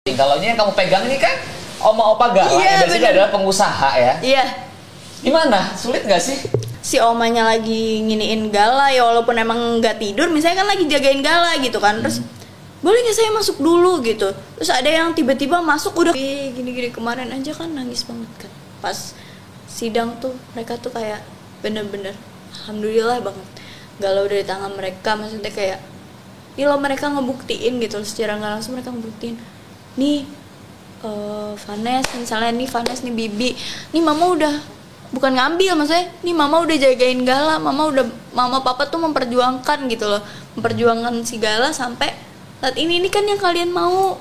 Kalau ini yang kamu pegang ini kan Oma Opa Gala, yang basically adalah pengusaha ya. Iya. Gimana? Sulit nggak sih? Si omanya lagi nginiin Gala ya, walaupun emang nggak tidur, misalnya kan lagi jagain Gala gitu kan. Terus boleh nggak saya masuk dulu gitu. Terus ada yang tiba-tiba masuk udah gini-gini, kemarin aja kan nangis banget kan. Pas sidang tuh mereka tuh kayak bener-bener alhamdulillah banget Gala udah di tangan mereka, maksudnya kayak ini loh mereka ngebuktiin gitu, secara nggak langsung mereka ngebuktiin nih Vanes, misalnya nih Vanes, nih Bibi, nih mama udah bukan ngambil, maksudnya nih mama udah jagain Gala, mama papa tuh memperjuangkan gitu loh, memperjuangkan si Gala sampai saat ini kan yang kalian mau.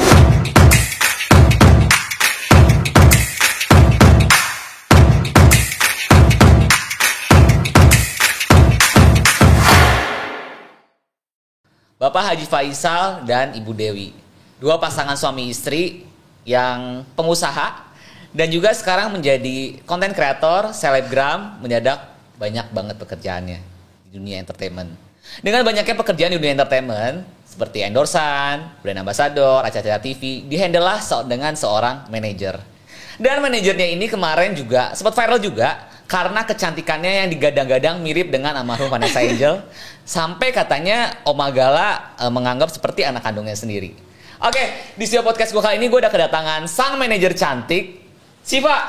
Bapak Haji Faisal dan Ibu Dewi, dua pasangan suami istri yang pengusaha dan juga sekarang menjadi konten kreator, selebgram, mendadak banyak banget pekerjaannya di dunia entertainment. Dengan banyaknya pekerjaan di dunia entertainment seperti endorsan, brand ambassador, acara-acara TV, dihandle lah dengan seorang manajer. Dan manajernya ini kemarin juga sempat viral juga karena kecantikannya yang digadang-gadang mirip dengan almarhum Vanessa Angel, sampai katanya Oma Gala menganggap seperti anak kandungnya sendiri. Oke, di Siap Podcast gue kali ini gue udah kedatangan sang manajer cantik, Siva.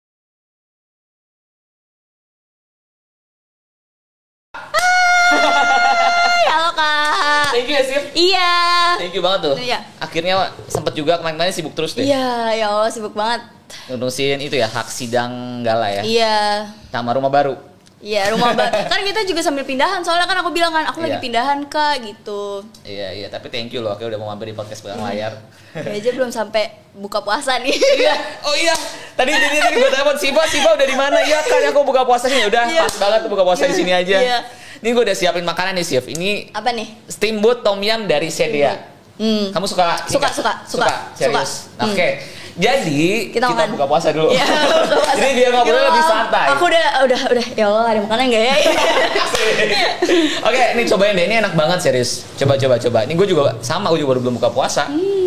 Hai, halo Kak. Thank you ya, Sif. Iya. Thank you banget tuh. Iya. Akhirnya sempet juga kemarin-kemarin sibuk terus deh. Iya, ya Allah sibuk banget. Ngurusin itu ya, hak sidang Gala ya. Iya. Sama rumah baru. Iya, rumah baru. Kan kita juga sambil pindahan, soalnya kan aku bilang kan aku lagi pindahan Kak gitu. Iya, tapi thank you loh, oke udah mau mampir di podcast belakang layar. Kayak aja belum sampai buka puasa nih. Iya, oh iya. Tadi gue telepon Siva udah di mana? Iya kan, aku buka puasanya udah pas banget buka puasa di sini aja. Iya. Ini gue udah siapin makanan nih, Sif. Ini apa nih? Steamboat Tom Yum dari Sedia. Kamu suka? Suka. Serius. Oke. Jadi kita buka puasa dulu. Ya, jadi biar ngobrolnya lebih santai. Aku udah ya Allah, ada makanan nggak ya? Oke, nih cobain deh. Ini enak banget serius. Coba. Ini gue juga baru belum buka puasa.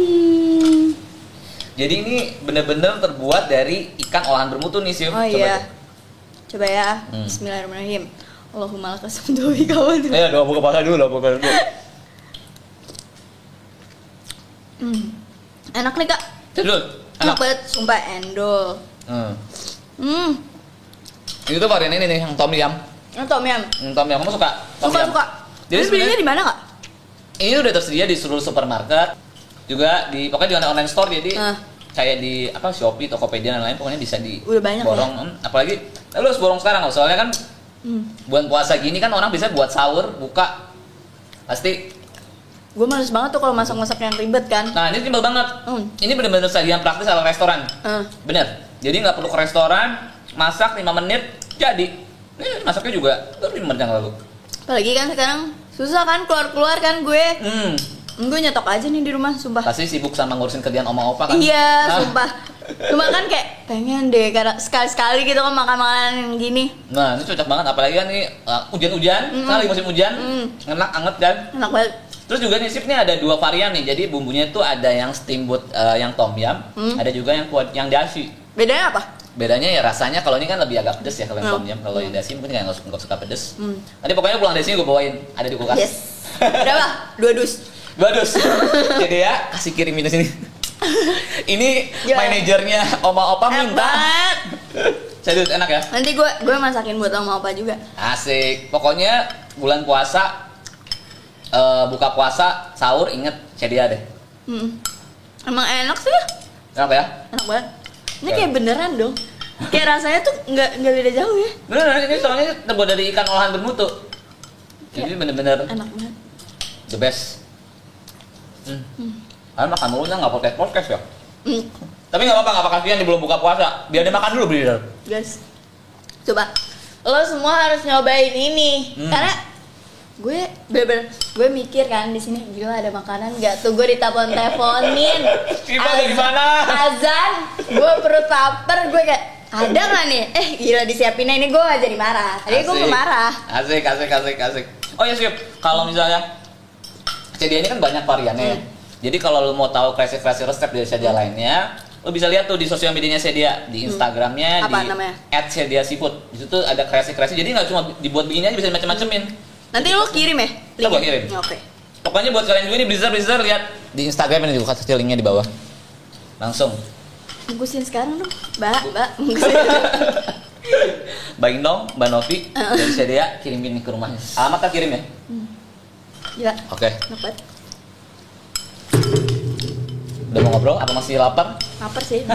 Jadi ini bener-bener terbuat dari ikan olahan bermutu nih, Sif. Oh iya. Coba ya. Bismillahirrahmanirrahim. Allahumma lakasam dohi kawan. Ayo doa buka puasa dulu, Enak nih Kak. Jadul. Enak banget, sumpah endol. Itu tuh varian ini nih, yang Tom Yum. Yang Tom Yum. Tom Yum, kamu suka? Suka. Jadi belinya di mana Kak? Ini udah tersedia di seluruh supermarket, juga pokoknya di online store, jadi kayak di Shopee, Tokopedia dan lain, pokoknya bisa udah banyak borong. Ya? Apalagi lu harus borong sekarang, soalnya kan bulan puasa gini kan orang bisa buat sahur, buka pasti. Gue males banget tuh kalau masak-masak yang ribet kan. Nah ini simpel banget. Ini bener-bener sajian praktis ala restoran. Bener. Jadi nggak perlu ke restoran, masak 5 menit jadi. Ini masaknya juga baru 5 menit yang lalu. Apalagi kan sekarang susah kan keluar kan gue. Gue nyetok aja nih di rumah, sumpah. Pasti sibuk sama ngurusin kerjaan oma opa kan? Iya, sumpah. Cuma kan kayak pengen deh karena sekali-sekali gitu kan makan makanan yang gini. Nah ini cocok banget, apalagi kan ini hujan-hujan, sekarang lagi musim hujan, enak anget kan? Enak banget. Terus juga nih Sip, nih ada 2 varian nih, jadi bumbunya itu ada yang steamboat yang Tom Yum, ada juga yang dashi. Bedanya apa? Bedanya ya rasanya, kalau ini kan lebih agak pedes ya kalau yang Tom Yum, kalau yang dashi mungkin nggak suka pedes. Nanti pokoknya pulang dari sini gue bawain, ada di kulkas. Yes. Berapa? 2 dus. 2 dus. Jadi ya kasih kirim ini sini. Ini manajernya Oma Opa minta. Serius enak ya? Nanti gue masakin buat Oma Opa juga. Asik. Pokoknya bulan puasa, buka puasa, sahur inget Sedia deh. Emang enak sih. Enak ya? Enak banget. Ini kayak beneran dong. Kayak rasanya tuh nggak beda jauh ya. Bener, ini soalnya terbuat dari ikan olahan bermutu. Jadi bener-bener enak banget. The best. Kalian makan mulu nggak podcast ya? Tapi nggak apa-apa, nggak kasihan di belum buka puasa. Biar dia makan dulu beli. Guys, coba lo semua harus nyobain ini karena gue mikir kan di sini gila ada makanan nggak tuh, gue diteleponin. Siva ada di mana? Azan, gue perut lapar, gue kayak ada nggak nih? Gila disiapinnya ini gue gak jadi marah. Tadi gue gak marah. Asik. Oh ya Sip, kalau misalnya Sedia ini kan banyak variannya ya. Jadi kalau lu mau tahu kreasi-kreasi resep dari Sedia lainnya, lu bisa lihat tuh di sosial medianya Sedia, di Instagramnya, Apa di namanya? @sedia_seafood. Di situ ada kreasi-kreasi. Jadi nggak cuma dibuat begini aja, bisa macam-macamin. Nanti lo kirim ya? Ntar gua kirim. Oke. Pokoknya buat kalian juga nih Blizzard lihat di Instagram ini juga kasih linknya di bawah. Langsung. Bungkusin sekarang dong, Mbak. Bungkusin. Baik dong, Mbak Novi dari Sedia kirimin ke rumahnya. Alamatnya kirim ya? Gila. Oke. Enak banget. Udah mau ngobrol? Apa masih lapar? Lapar sih.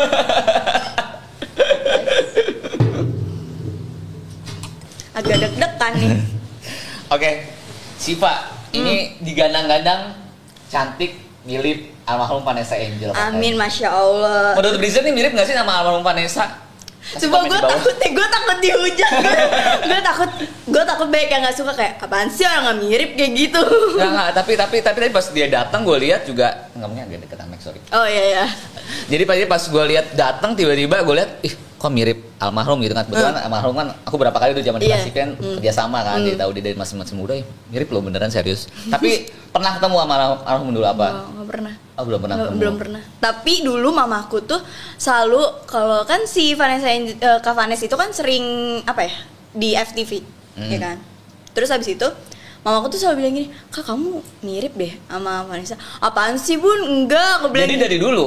Agak deg-degan nih. Oke, Siva, ini digadang-gadang cantik, mirip almarhum Vanessa Angel. Amin, Masya Allah. Menurut Blizzard nih mirip gak sih sama almarhum Vanessa? Kasih Coba komen gue di bawah. takut dihujat. Gue takut banyak yang nggak suka kayak apaan sih orang nggak mirip kayak gitu. Nggak, tapi pas dia datang gue lihat juga nggak mungkin agak deket sama Max, sorry. Oh iya. Jadi pas gue lihat datang tiba-tiba gue lihat, ih kok mirip almarhum gitu kan. Kebetulan almarhum kan aku berapa kali tuh zaman di Iya. Klasik kan kerja sama kan, dia tahu dia dari masing-masing muda, mirip loh beneran serius. Tapi pernah ketemu sama almarhum dulu apa? Nggak pernah. Oh belum pernah ketemu. Belum pernah. Tapi dulu mamaku tuh selalu kalau kan si Kak Vanessa itu kan sering apa ya di FTV, ya kan. Terus habis itu mamaku tuh selalu bilang gini, Kak kamu mirip deh sama Vanessa. Apaan sih Bun? Enggak, aku bilang. Jadi dari dulu.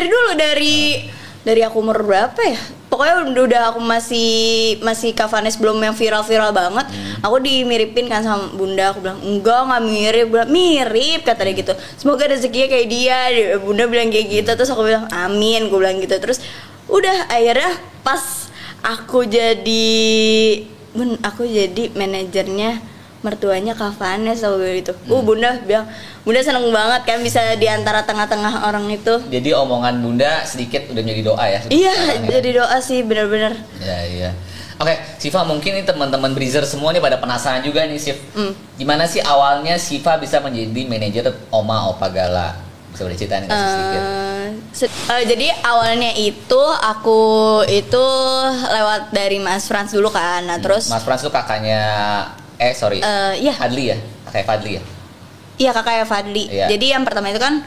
Dari aku umur berapa ya? Pokoknya udah aku masih Kak Vanessa belum yang viral-viral banget. Aku dimiripin kan sama bunda. Aku bilang enggak mirip. Mirip kata dia gitu. Semoga rezekinya kayak dia. Bunda bilang kayak gitu. Terus aku bilang amin. Gue bilang gitu. Terus udah akhirnya pas aku jadi manajernya mertuanya Kak Vanessa gitu. Bunda bilang, Bunda seneng banget kan bisa di antara tengah-tengah orang itu. Jadi omongan bunda sedikit udah jadi doa ya? Iya, sekarang ya? jadi doa sih bener-bener. Iya. Oke, Siva mungkin nih teman-teman Breezer semua nih pada penasaran juga nih Sif. Gimana sih awalnya Siva bisa menjadi manajer Oma Opa Gala? Bisa boleh ceritain nggak sih sedikit? Jadi awalnya itu aku itu lewat dari Mas Frans dulu kan. Nah terus Mas Frans tuh kakaknya iya. Fadli ya? Kakak Fadli ya? Iya kakaknya Fadli. Iya. Jadi yang pertama itu kan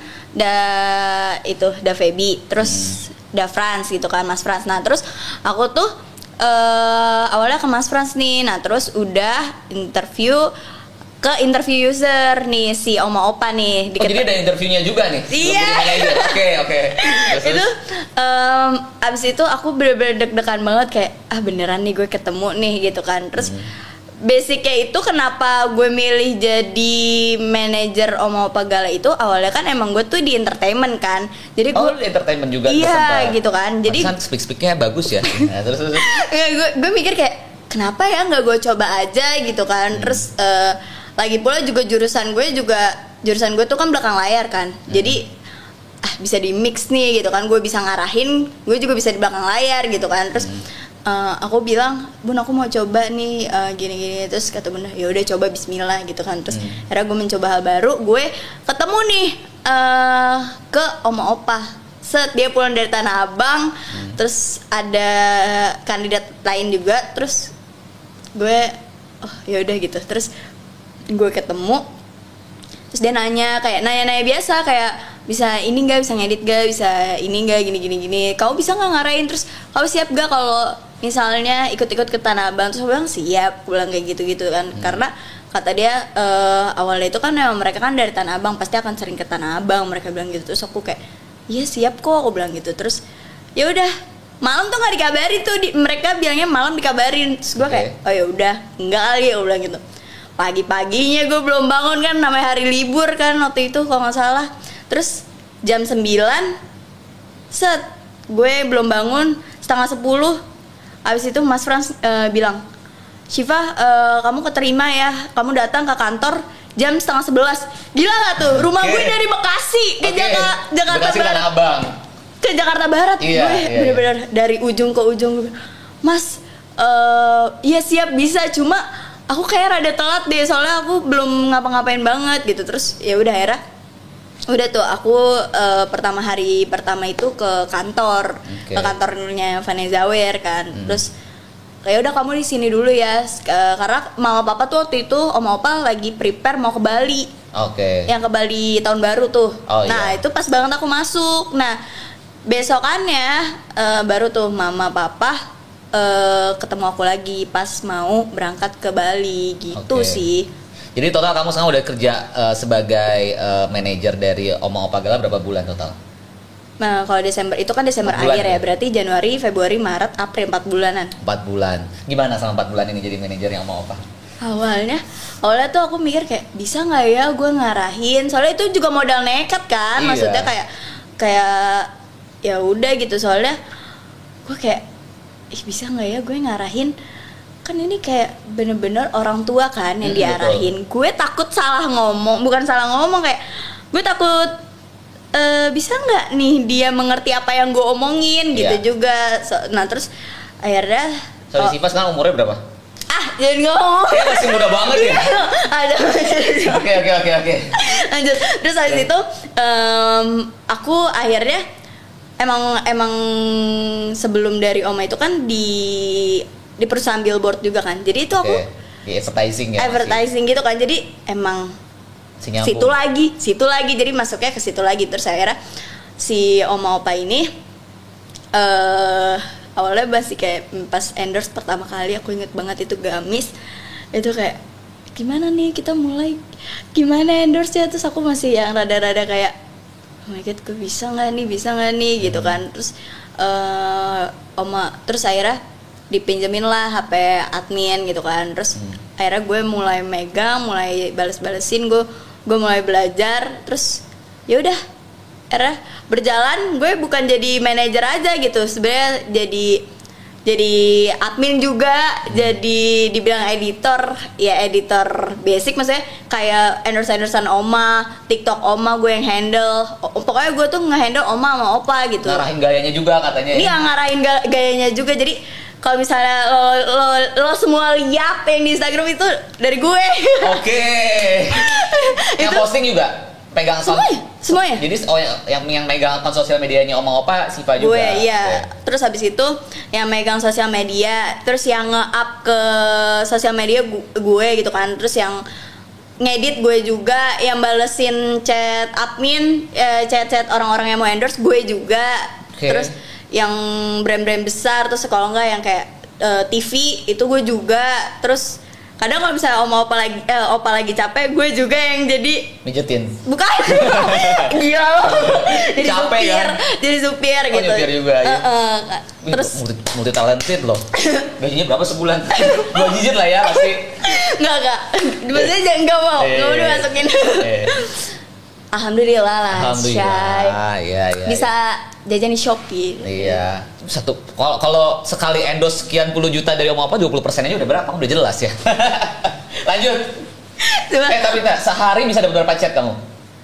Da Feby, terus Da Frans gitu kan, Mas Frans. Nah terus aku tuh awalnya ke Mas Frans nih. Nah terus udah interview user nih si Oma Opa nih. Oh jadi ada interviewnya juga nih? Iya. Oke. Itu abis itu aku bener-bener deg-degan banget kayak beneran nih gue ketemu nih gitu kan. Terus basicnya itu kenapa gue milih jadi manajer Oma Opa Gala itu awalnya kan emang gue tuh di entertainment kan. Jadi gue di entertainment juga. iya gitu kan. Jadi speak-speaknya bagus ya. Nah, terus. gue mikir kayak kenapa ya nggak gue coba aja gitu kan. Terus lagi pula juga jurusan gue tuh kan belakang layar kan. Jadi bisa di mix nih gitu kan. Gue bisa ngarahin, gue juga bisa di belakang layar gitu kan. Terus aku bilang, Bun aku mau coba nih gini-gini. Terus kata Bunda, ya udah coba Bismillah gitu kan. Terus akhirnya gue mencoba hal baru. Gue ketemu nih ke Oma Opa. Dia pulang dari Tanah Abang. Terus ada kandidat lain juga. Terus gue ya udah gitu. Terus gue ketemu. Terus dia nanya biasa kayak bisa ini nggak, bisa ngedit nggak, bisa ini nggak, gini. Kamu bisa nggak ngarahin, terus kamu siap nggak kalau misalnya ikut-ikut ke Tanah Abang? Terus aku bilang siap, aku bilang kayak gitu kan. Karena kata dia awalnya itu kan mereka kan dari Tanah Abang, pasti akan sering ke Tanah Abang, mereka bilang gitu. Terus aku kayak iya siap kok, aku bilang gitu. Terus ya udah malam tuh nggak dikabarin tuh, mereka bilangnya malam dikabarin. Terus gue kayak oh ya udah enggak kali, aku bilang gitu. Pagi-paginya gue belum bangun kan, namanya hari libur kan waktu itu kalau nggak salah. Terus jam 9 gue belum bangun, 9:30. Abis itu Mas Frans bilang, Syifa kamu keterima ya, kamu datang ke kantor jam 10:30. Gila gak tuh, rumah gue dari Bekasi ke Jakarta Bekasi, Barat. Tanah Abang. Ke Jakarta Barat. Iya, gue bener-bener dari ujung ke ujung. Mas iya siap bisa, cuma aku kayak rada telat deh soalnya aku belum ngapa-ngapain banget gitu. Terus ya udah akhirnya udah tuh aku hari pertama itu ke kantor, ke kantornya Vanessa Zawer kan. Terus kayak udah kamu di sini dulu ya, karena mama papa tuh waktu itu Oma Opa lagi prepare mau ke Bali. Oke. Yang ke Bali tahun baru tuh. Oh, nah iya. itu pas banget aku masuk. Nah besokannya baru tuh mama papa ketemu aku lagi pas mau berangkat ke Bali gitu Oke. sih. Jadi total kamu sekarang udah kerja sebagai manajer dari Oma Opa Gala berapa bulan total? Nah kalau Desember itu kan Desember 4 bulan akhir ya? ya, berarti Januari, Februari, Maret, April 4 bulanan. 4 bulan. Gimana selama 4 bulan ini jadi manajernya Oma Opa? Awalnya tuh aku mikir kayak bisa nggak ya gue ngarahin, soalnya itu juga modal nekat kan, Iya. maksudnya kayak ya udah gitu, soalnya gue kayak bisa nggak ya gue ngarahin, kan ini kayak bener-bener orang tua kan yang diarahin. Gue takut salah ngomong, bukan salah ngomong, kayak gue takut bisa nggak nih dia mengerti apa yang gue omongin gitu Iya. juga. Nah terus akhirnya Sorry Siva sekarang umurnya berapa? jangan ngomong. Kayak masih muda banget ya. Ada. Oke. Lanjut. Terus habis itu aku akhirnya emang sebelum dari Oma itu kan di perusahaan billboard juga kan. Jadi itu aku Di advertising ya. advertising gitu kan. Jadi emang Masih situ lagi. Jadi masuknya ke situ lagi. Terus akhirnya si Oma Opa ini awalnya masih kayak pas endorse pertama kali, aku inget banget itu gamis. Itu kayak gimana nih kita mulai, gimana endorse ya. Terus aku masih yang rada-rada kayak oh my god, gue bisa nggak nih gitu kan. Terus terus akhirnya dipinjemin lah HP admin gitu kan. Terus akhirnya gue mulai megang, mulai bales-balesin, gue mulai belajar. Terus ya udah akhirnya berjalan, gue bukan jadi manajer aja gitu, sebenarnya jadi admin juga, jadi dibilang editor, ya editor basic, maksudnya kayak endorse-endorsean Oma, TikTok Oma gue yang handle. Pokoknya gue tuh nge-handle Oma sama Opa gitu. Ngarahin gayanya juga katanya. Iya, ngarahin gayanya juga. Jadi kalau misalnya lo semua lihat yang di Instagram itu dari gue. Oke. Yang posting juga pegang semuanya. Jadi yang megang akun sosial medianya Oma Opa Siva juga. Gue iya. Oke. Terus habis itu yang megang sosial media, terus yang nge-up ke sosial media gue gitu kan. Terus yang ngedit gue juga, yang balesin chat admin, chat orang-orang yang mau endorse gue juga. Oke. Terus yang brand-brand besar, terus kalau enggak yang kayak TV itu gue juga. Terus kadang kalau misalnya Opa lagi capek, gue juga yang jadi Mijetin. bukan gila lo, jadi Capek, supir kan? jadi supir Oh, gitu. nyupir juga, ya. Terus multi talented loh. Gajinya berapa sebulan? 2 digit lah ya pasti. enggak maksudnya jangan nggak mau dimasukin. Alhamdulillah lah, Syai. Alhamdulillah. Iya. Bisa jajan di Shopee. Iya. Kalau sekali endorse sekian puluh juta dari Oma Opa, 20%-nya udah berapa? Udah jelas ya. Lanjut. Coba. Tapi tak sehari bisa dapat berapa chat kamu?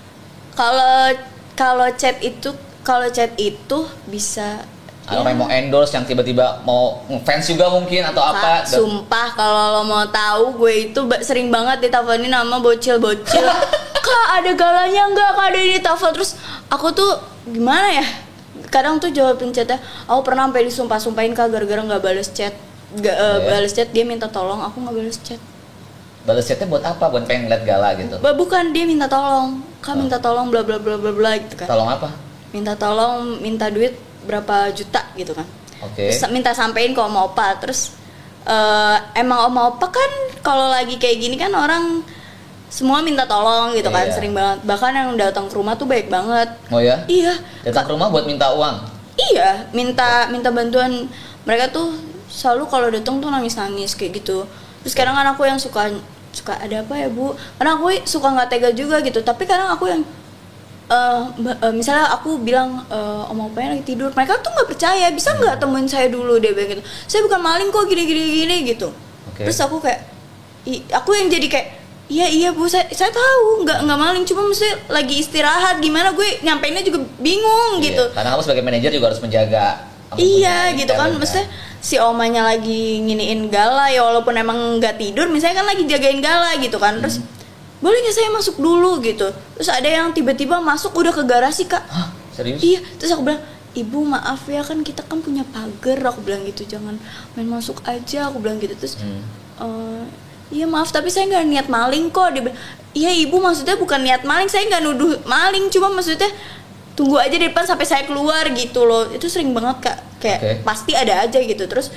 Kalau chat itu bisa Orang yang mau endorse, yang tiba-tiba mau fans juga mungkin atau apa? Kak, sumpah kalau lo mau tahu, gue itu sering banget diteleponin sama bocil-bocil. Kak, ada galanya nggak? Kak, ada ini telepon. Terus aku tuh gimana ya? Kadang tuh jawabin chatnya, aku pernah sampai disumpah-sumpahin Kak gara-gara nggak bales chat. Bales chat, dia minta tolong, aku nggak bales chat. Balas chatnya buat apa? Buat pengen ngeliat gala gitu? Bukan, dia minta tolong. Kak minta tolong bla bla bla bla bla gitu kan. Tolong apa? Minta tolong, minta duit berapa juta gitu kan. Oke. Terus minta sampein ke Oma Opa. Terus emang Oma Opa kan kalau lagi kayak gini kan orang semua minta tolong gitu kan, Iya. sering banget. Bahkan yang datang ke rumah tuh baik banget. Oh ya? Iya. Datang ke rumah buat minta uang? Iya, minta bantuan. Mereka tuh selalu kalau datang tuh nangis-nangis kayak gitu. Terus kadang kan aku yang suka ada apa ya Bu? Karena aku suka nggak tega juga gitu. Tapi kadang aku yang misalnya aku bilang Om Opanya lagi tidur, mereka tuh nggak percaya, bisa nggak temuin saya dulu, dia bilang gitu. Saya bukan maling kok, gini gitu. Oke. Terus aku kayak aku yang jadi kayak iya Bu, saya tahu nggak maling, cuma mesti lagi istirahat, gimana gue nyampeinnya juga bingung Iya, gitu. karena kamu sebagai manajer juga harus menjaga. Kamu Iya punya gitu kan, talent, maksudnya si omanya lagi nginiin gala ya, walaupun emang nggak tidur, misalnya kan lagi jagain gala gitu kan. Terus boleh nggak saya masuk dulu gitu. Terus ada yang tiba-tiba masuk udah ke garasi Kak. Hah? Serius? Iya, terus aku bilang, Ibu maaf ya, kan kita kan punya pagar, aku bilang gitu, jangan main masuk aja, aku bilang gitu. Terus iya maaf tapi saya nggak niat maling kok. Dia bilang, iya ibu maksudnya bukan niat maling, saya nggak nuduh maling, cuma maksudnya tunggu aja di depan sampai saya keluar gitu loh. Itu sering banget kak, kayak pasti ada aja gitu. Terus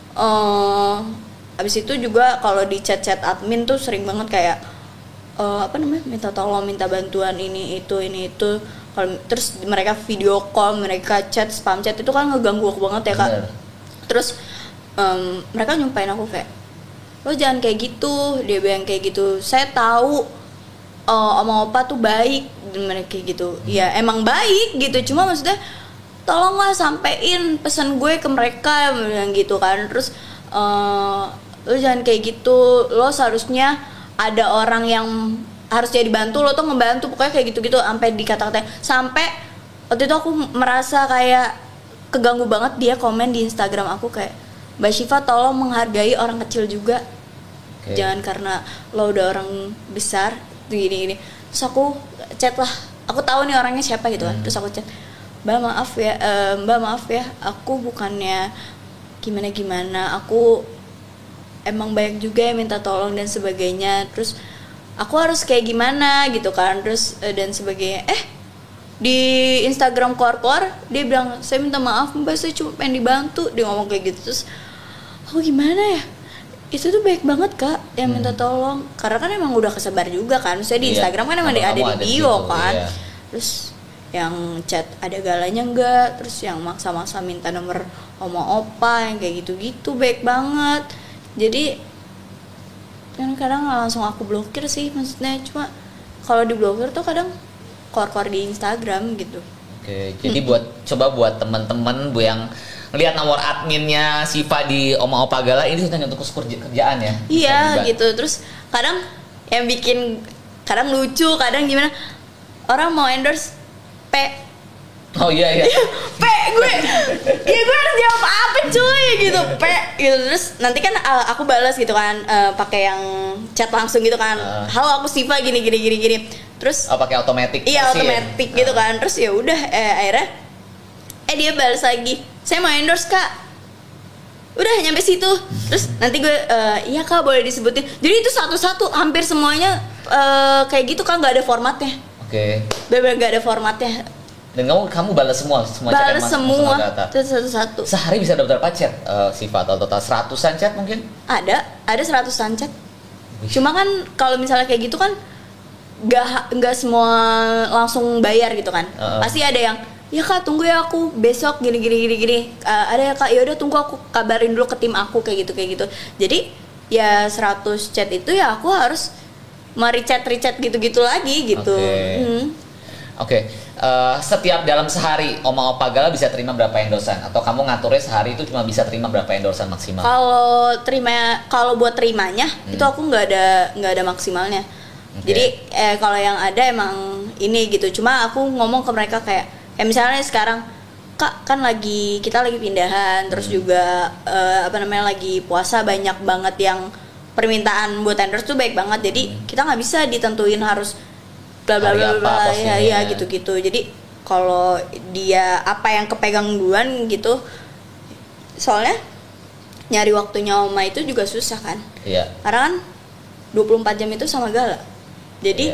abis itu juga kalau di chat admin tuh sering banget kayak minta tolong, minta bantuan ini itu. Kalau terus mereka video call, mereka chat, spam chat, itu kan ngeganggu aku banget ya kak. Bener. Terus mereka nyumpain aku kayak, lo jangan kayak gitu, dia bilang kayak gitu. Saya tahu Oma Opa tuh baik, mereka kayak gitu. Ya emang baik gitu, cuma maksudnya tolonglah sampein pesan gue ke mereka, bilang gitu kan. Terus lo jangan kayak gitu, lo seharusnya ada orang yang harusnya dibantu, lo tuh ngebantu, pokoknya kayak gitu-gitu sampai dikata-katain. Sampai waktu itu aku merasa kayak keganggu banget, dia komen di Instagram aku kayak, Mbak Syifa tolong menghargai orang kecil juga. Jangan karena lo udah orang besar gini. Terus aku chat lah, aku tahu nih orangnya siapa gitu kan. Terus aku chat, Mbak maaf ya, aku bukannya gimana, aku emang banyak juga yang minta tolong dan sebagainya. Terus aku harus kayak gimana gitu kan, terus dan sebagainya. Di Instagram keluar dia bilang, saya minta maaf Mbak, saya cuma pengen dibantu. Dia ngomong kayak gitu. Terus aku gimana ya, itu tuh baik banget kak yang minta tolong, karena kan emang udah kesebar juga kan. Saya di Instagram kan emang ada di bio kan. Terus yang chat ada galanya enggak, terus yang maksa-maksa minta nomor Oma Opa yang kayak gitu-gitu baik banget. Jadi kan kadang langsung aku blokir sih, maksudnya cuma kalau diblokir tuh kadang keluar di Instagram gitu. Oke, jadi buat teman-teman bu yang lihat nomor adminnya Syifa di Oma Opa Gala ini hanya untuk kerjaan ya. Iya gitu. Terus kadang yang bikin kadang lucu, kadang gimana, orang mau endorse Oh iya. gue harus jawab apa cuy gitu, gitu. Terus nanti kan aku balas gitu kan, pakai yang chat langsung gitu kan, halo aku Syifa gini. Terus pakai otomatis. Iya otomatis gitu kan. Terus ya udah akhirnya dia balas lagi, saya mau endorse kak. Udah nyampe situ. Terus nanti gue iya kak boleh disebutin. Jadi itu satu-satu hampir semuanya kayak gitu kak, nggak ada formatnya. Bener-bener nggak ada formatnya. Dan kamu balas semua balas semua satu-satu. Sehari bisa dapat berapa chat Syifa? Total 100-an chat mungkin? Ada 100-an chat. Cuma kan kalau misalnya kayak gitu kan nggak semua langsung bayar gitu kan. Pasti ada yang, ya kak tunggu ya aku besok gini. Ada ya kak, ya udah tunggu aku kabarin dulu ke tim aku kayak gitu. Jadi ya 100 chat itu ya aku harus rechat gitu lagi gitu. Oke. Setiap dalam sehari Oma Opa Gala bisa terima berapa endorsan? Atau kamu ngaturnya sehari itu cuma bisa terima berapa endorsan maksimal? Kalau buat terimanya itu aku nggak ada maksimalnya. Jadi kalau yang ada emang ini gitu. Cuma aku ngomong ke mereka kayak misalnya sekarang kak kan kita lagi pindahan, terus juga lagi puasa, banyak banget yang permintaan buat endorse tuh baik banget. Jadi kita nggak bisa ditentuin harus bla bla bla ya gitu. Jadi kalau dia apa yang kepegang duluan gitu, soalnya nyari waktunya Oma itu juga susah kan. Karena kan 24 jam itu sama Gala. Jadi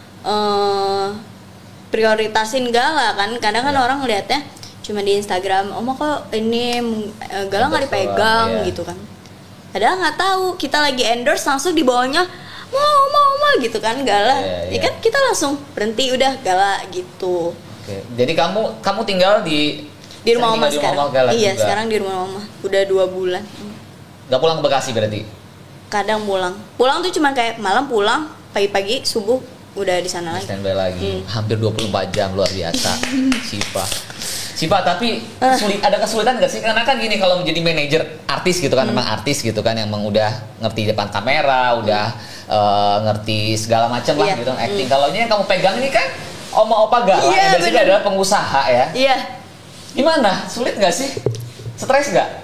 prioritasin Gala kan. Kadang kan orang ngeliatnya cuma di Instagram, Oma kok ini Gala nggak dipegang gitu kan. Padahal nggak tahu kita lagi endorse langsung di bawahnya mau gitu kan Gala. Ya kan kita langsung berhenti udah Gala gitu. Jadi kamu tinggal di rumah Oma sekarang. Iya juga. Sekarang di rumah Oma udah 2 bulan. Gak pulang ke Bekasi berarti? Kadang pulang tuh cuma kayak malam pulang, pagi-pagi subuh udah di sana lagi. Standby lagi. Hampir 24 jam, luar biasa. Syifa, tapi ada kesulitan nggak sih? Karena kan gini, kalau menjadi manajer artis gitu kan, memang artis gitu kan, yang memang udah ngerti depan kamera, udah ngerti segala macam lah gitu, acting. Kalau ini yang kamu pegang ini kan Oma Opa Gala, yang basically adalah pengusaha ya. Iya. Gimana? Sulit nggak sih? Stres nggak?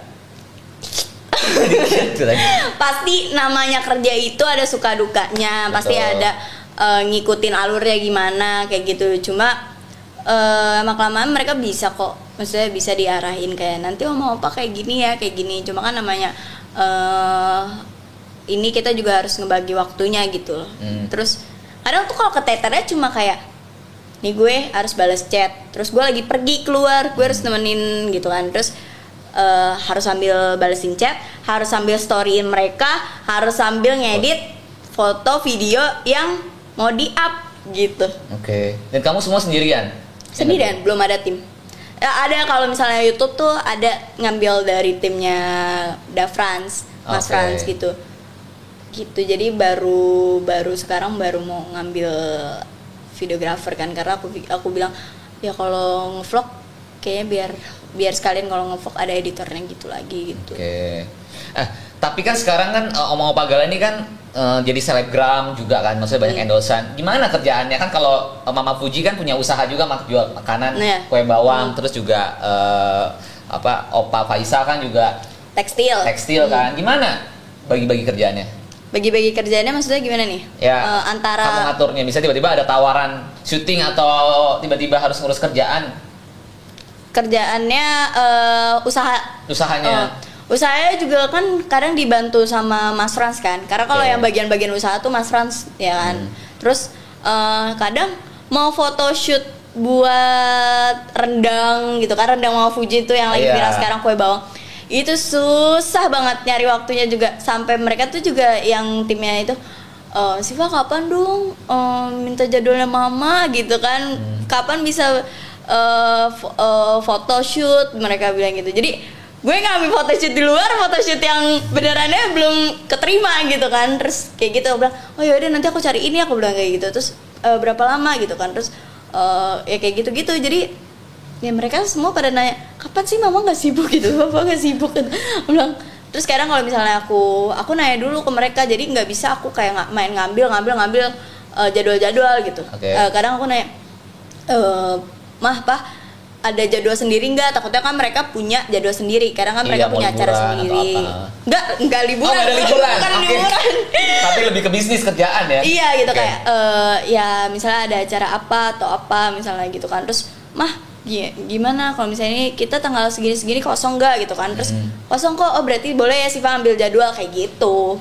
Pasti namanya kerja itu ada suka dukanya. Betul. Pasti ada ngikutin alurnya gimana kayak gitu. Cuma lama-kelamaan mereka bisa kok, maksudnya bisa diarahin kayak nanti Oma Opa kayak gini ya, kayak gini. Cuma kan namanya ini kita juga harus ngebagi waktunya gitu loh. Terus kadang tuh kalau keteternya cuma kayak nih gue harus balas chat, terus gue lagi pergi keluar, gue harus nemenin gitu kan, terus harus sambil balesin chat, harus sambil storyin mereka, harus sambil ngedit foto video yang mau di up gitu. Oke. Dan kamu semua sendirian? Sendirian, belum ada tim. Ada kalau misalnya YouTube tuh ada ngambil dari timnya Da France, Mas France gitu. Jadi baru sekarang baru mau ngambil videografer kan, karena aku bilang ya kalau ngevlog kayaknya biar sekalian kalau ngevlog ada editornya gitu lagi gitu. Oke. Tapi kan sekarang kan Oma Opa Gala ini kan jadi selebgram juga kan, maksudnya banyak endorsan. Gimana kerjaannya kan kalau Mama Fuji kan punya usaha juga jual makanan, kue bawang, terus juga Opa Faisal kan juga tekstil kan. Gimana bagi-bagi kerjaannya? Bagi-bagi kerjaannya maksudnya gimana nih? Ya, antara kamu ngaturnya, bisa tiba-tiba ada tawaran syuting atau tiba-tiba harus ngurus kerjaannya usahanya. Usahanya juga kan kadang dibantu sama Mas Frans kan, karena kalau yang bagian-bagian usaha tuh Mas Frans ya kan. Terus kadang mau photoshoot buat rendang gitu kan, rendang Mama Fuji itu yang lagi viral sekarang, kue bawang. Itu susah banget nyari waktunya juga, sampai mereka tuh juga yang timnya itu Siva kapan dong minta jadwalnya Mama gitu kan, kapan bisa photoshoot, mereka bilang gitu. Jadi gue ngambil photoshoot di luar, photoshoot yang benerannya belum keterima gitu kan. Terus kayak gitu aku bilang, oh yaudah nanti aku cari ini, aku bilang kayak gitu. Terus berapa lama gitu kan, terus ya kayak gitu-gitu. Jadi ya mereka semua pada nanya, kapan sih Mama nggak sibuk gitu, Papa nggak sibuk kan. Bilang. Terus kadang kalau misalnya aku nanya dulu ke mereka, jadi nggak bisa aku kayak main ngambil jadwal-jadwal gitu. Kadang aku nanya, Mah, Pak, ada jadwal sendiri nggak? Takutnya kan mereka punya jadwal sendiri, kadang kan mereka punya acara sendiri. Nggak liburan. Ada liburan. Bukan liburan. Tapi lebih ke bisnis kerjaan ya? Iya gitu, kayak ya misalnya ada acara apa atau apa misalnya gitu kan. Terus Mah, gimana kalau misalnya ini kita tanggal segini kosong nggak gitu kan. Terus kosong kok, oh berarti boleh ya Siva ambil jadwal kayak gitu.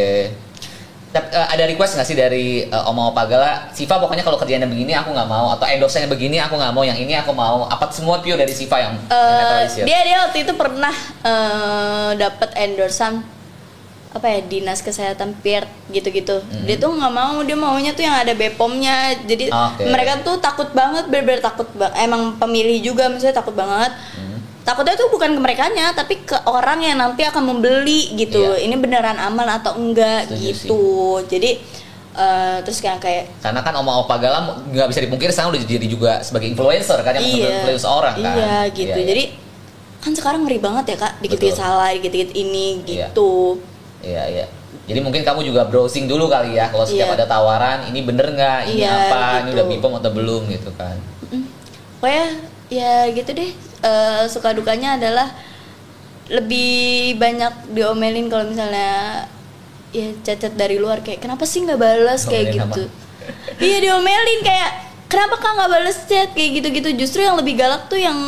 Ada request nggak sih dari Oma Opa Gala, Siva pokoknya kalau kerjanya begini aku nggak mau, atau endorse-nya begini aku nggak mau, yang ini aku mau? Apa semua pure dari Siva yang netralisir? Dia waktu itu pernah dapat endorsean apa ya, dinas kesehatan PIR gitu-gitu. Dia tuh nggak mau, dia maunya tuh yang ada BPOM-nya. Jadi mereka tuh takut banget, bener-bener takut emang pemilih juga misalnya takut banget. Takutnya tuh bukan ke merekanya, tapi ke orang yang nanti akan membeli gitu. Ini beneran aman atau enggak. Setuju gitu sih. Jadi terus kayak karena kan Oma Opa Gala nggak bisa dipungkiri sekarang udah jadi juga sebagai influencer kan, yang influence orang kan. Iya gitu. Jadi kan sekarang ngeri banget ya Kak, dikit-dikit salah, dikit-dikit ini gitu. Iya. Jadi mungkin kamu juga browsing dulu kali ya, kalau setiap ada tawaran, ini bener nggak, ini apa, gitu. Ini udah BPOM atau belum gitu kan. Pokoknya ya gitu deh. Suka dukanya adalah lebih banyak diomelin kalau misalnya ya chat dari luar, kayak kenapa sih nggak balas kayak gitu. Iya diomelin kayak kenapa Kak nggak balas chat kayak gitu-gitu. Justru yang lebih galak tuh yang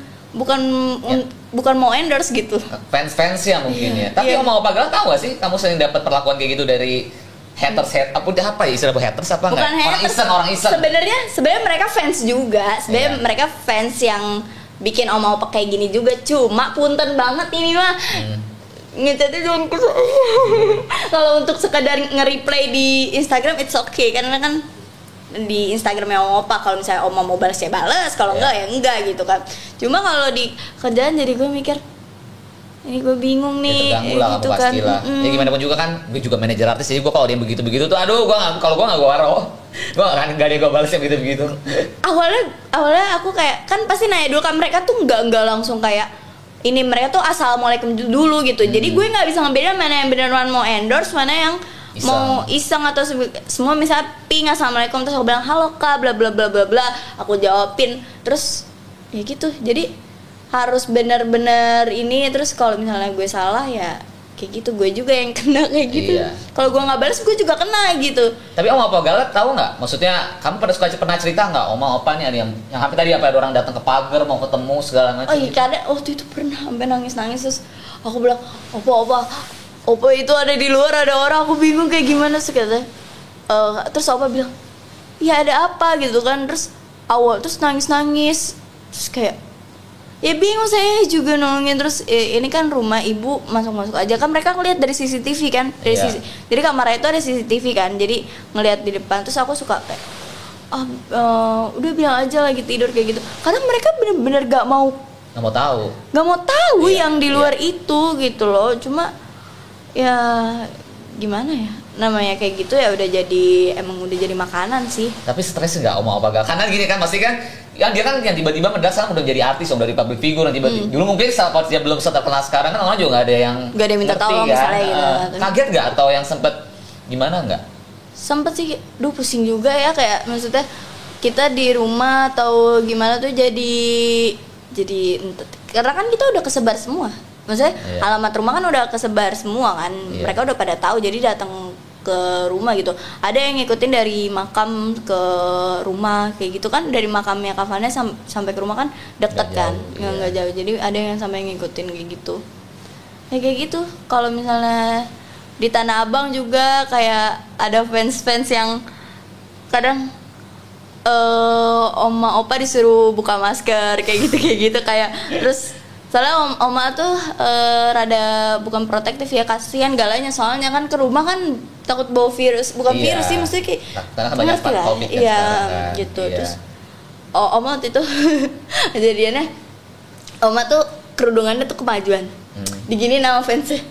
bukan mau endorse gitu, fans ya mungkin ya. Tapi Oma Opa Gala tahu gak sih kamu sering dapat perlakuan kayak gitu dari haters apa ya istilah haters apa enggak? Orang iseng. Sebenarnya mereka fans juga. Mereka fans yang bikin Oma Opa kayak gini juga. Cuma punten banget ini mah. Ngechatnya jangan ke saya. Kalau untuk sekadar nge-reply di Instagram it's okay, karena kan di Instagramnya Oma Opa kalau misalnya Oma mau balas ya balas, kalau enggak ya enggak gitu kan. Cuma kalau di kerjaan jadi gue mikir ini gue bingung nih terganggu lah gitu kamu kan. Pastilah. Ya gimana pun juga kan gue juga manajer artis, jadi gue kalau dia begitu tuh aduh kalau gue nggak gue waro, gue nggak ada gue balas yang begitu. Awalnya aku kayak kan pasti nanya dulu kan, mereka tuh nggak langsung kayak ini, mereka tuh assalamualaikum dulu gitu. Jadi gue nggak bisa ngebedain mana yang beneran mau endorse, mana yang mau iseng atau semua. Misalnya ping assalamualaikum terus aku bilang halo Kak bla bla bla bla bla, aku jawabin terus ya gitu. Jadi harus benar-benar ini. Terus kalau misalnya gue salah ya kayak gitu, gue juga yang kena kayak gitu. Kalau gue nggak balas gue juga kena gitu. Tapi Oma Opa Gala tahu nggak, maksudnya kamu pernah cerita nggak Oma Opa nih ada yang hampir tadi ada orang datang ke pagar mau ketemu segala macam. Oh iya gitu. Kadang waktu itu pernah sampai nangis terus aku bilang Opa Opa itu ada di luar, ada orang, aku bingung kayak gimana sih katanya. Terus Opa bilang, ya ada apa gitu kan, terus terus nangis terus kayak ya bingung saya juga nolongin. Terus ini kan rumah ibu, masuk aja kan, mereka ngelihat dari CCTV kan, jadi kamarnya itu ada CCTV kan, jadi ngelihat di depan. Terus aku suka kayak udah bilang aja lagi tidur kayak gitu, karena mereka bener-bener gak mau tahu yang di luar itu gitu loh. Cuma ya gimana ya, namanya kayak gitu ya udah jadi makanan sih. Tapi stres nggak Oma Opa Gala? Karena gini kan pasti kan yang dia kan yang tiba-tiba mendadak sekarang udah jadi artis, dari public figure, nanti dulu mungkin saat dia belum terkenal sekarang kan orang juga nggak ada yang minta tolong kan? Misalnya gitu. Kaget nggak atau yang sempet gimana nggak? Sempet sih, pusing juga ya, kayak maksudnya kita di rumah atau gimana tuh jadi karena kan kita udah kesebar semua, maksudnya alamat rumah kan udah kesebar semua kan, mereka udah pada tahu, jadi datang ke rumah gitu. Ada yang ngikutin dari makam ke rumah kayak gitu kan, dari makamnya Kavana sampai ke rumah kan deket kan, nggak jauh. Jadi ada yang sampai ngikutin kayak gitu. Ya kayak gitu. Kalau misalnya di Tanah Abang juga kayak ada fans yang kadang Oma Opa disuruh buka masker kayak gitu kayak. Terus soalnya Oma tuh rada bukan protektif ya, kasihan Galanya, soalnya kan ke rumah kan takut bawa virus, virus sih maksudnya kayak banyak COVID kan kan. Gitu. Terus Oma waktu itu kejadiannya, Oma tuh kerudungannya tuh kemajuan, diginiin sama fansnya.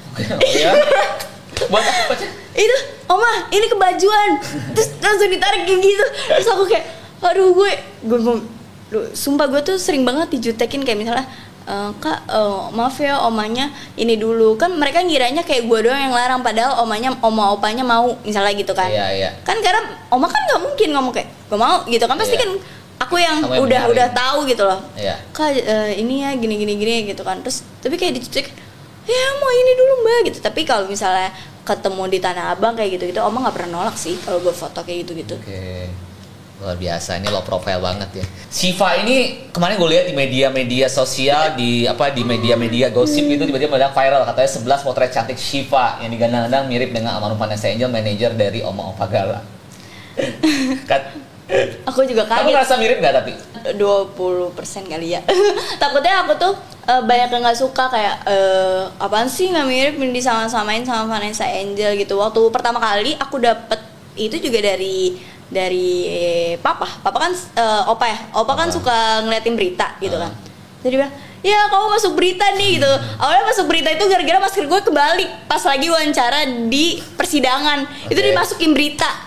Buat apa sih? Itu, Oma, ini kebajuan. Terus langsung ditarik kayak gitu. Terus aku kayak, aduh gue sumpah gue tuh sering banget dijutekin kayak misalnya, Kak, maaf ya omanya ini dulu. Kan mereka ngiranya kayak gue doang yang larang, padahal oma opanya mau, misalnya gitu kan. Kan karena Oma kan gak mungkin ngomong kayak gue mau gitu kan, pasti kan aku yang udah tahu gitu loh. Kak, ini ya gini gitu kan. Terus tapi kayak dicutek, ya mau ini dulu Mbak gitu. Tapi kalau misalnya ketemu di Tanah Abang kayak gitu Oma nggak pernah nolak sih kalau gue foto kayak gitu. Oke. Luar biasa, ini low profile banget ya. Shiva ini kemarin gue lihat di media sosial, di media gosip gitu, tiba-tiba meledak viral, katanya 11 potret cantik Shiva yang digadang-gadang mirip dengan almarhum Vanessa Angel, manajer dari Oma Opa Gala. Aku juga kaget. Kamu ngerasa mirip nggak tapi? 20% kali ya. Takutnya aku tuh banyak yang nggak suka kayak apaan sih nggak mirip, disama-samain sama Vanessa Angel gitu. Waktu pertama kali aku dapet itu juga dari papa kan opa kan suka ngeliatin berita gitu kan. Jadi bilang, ya kamu masuk berita nih gitu. Awalnya masuk berita itu gara-gara masker gue kebalik pas lagi wawancara di persidangan. Itu dimasukin berita.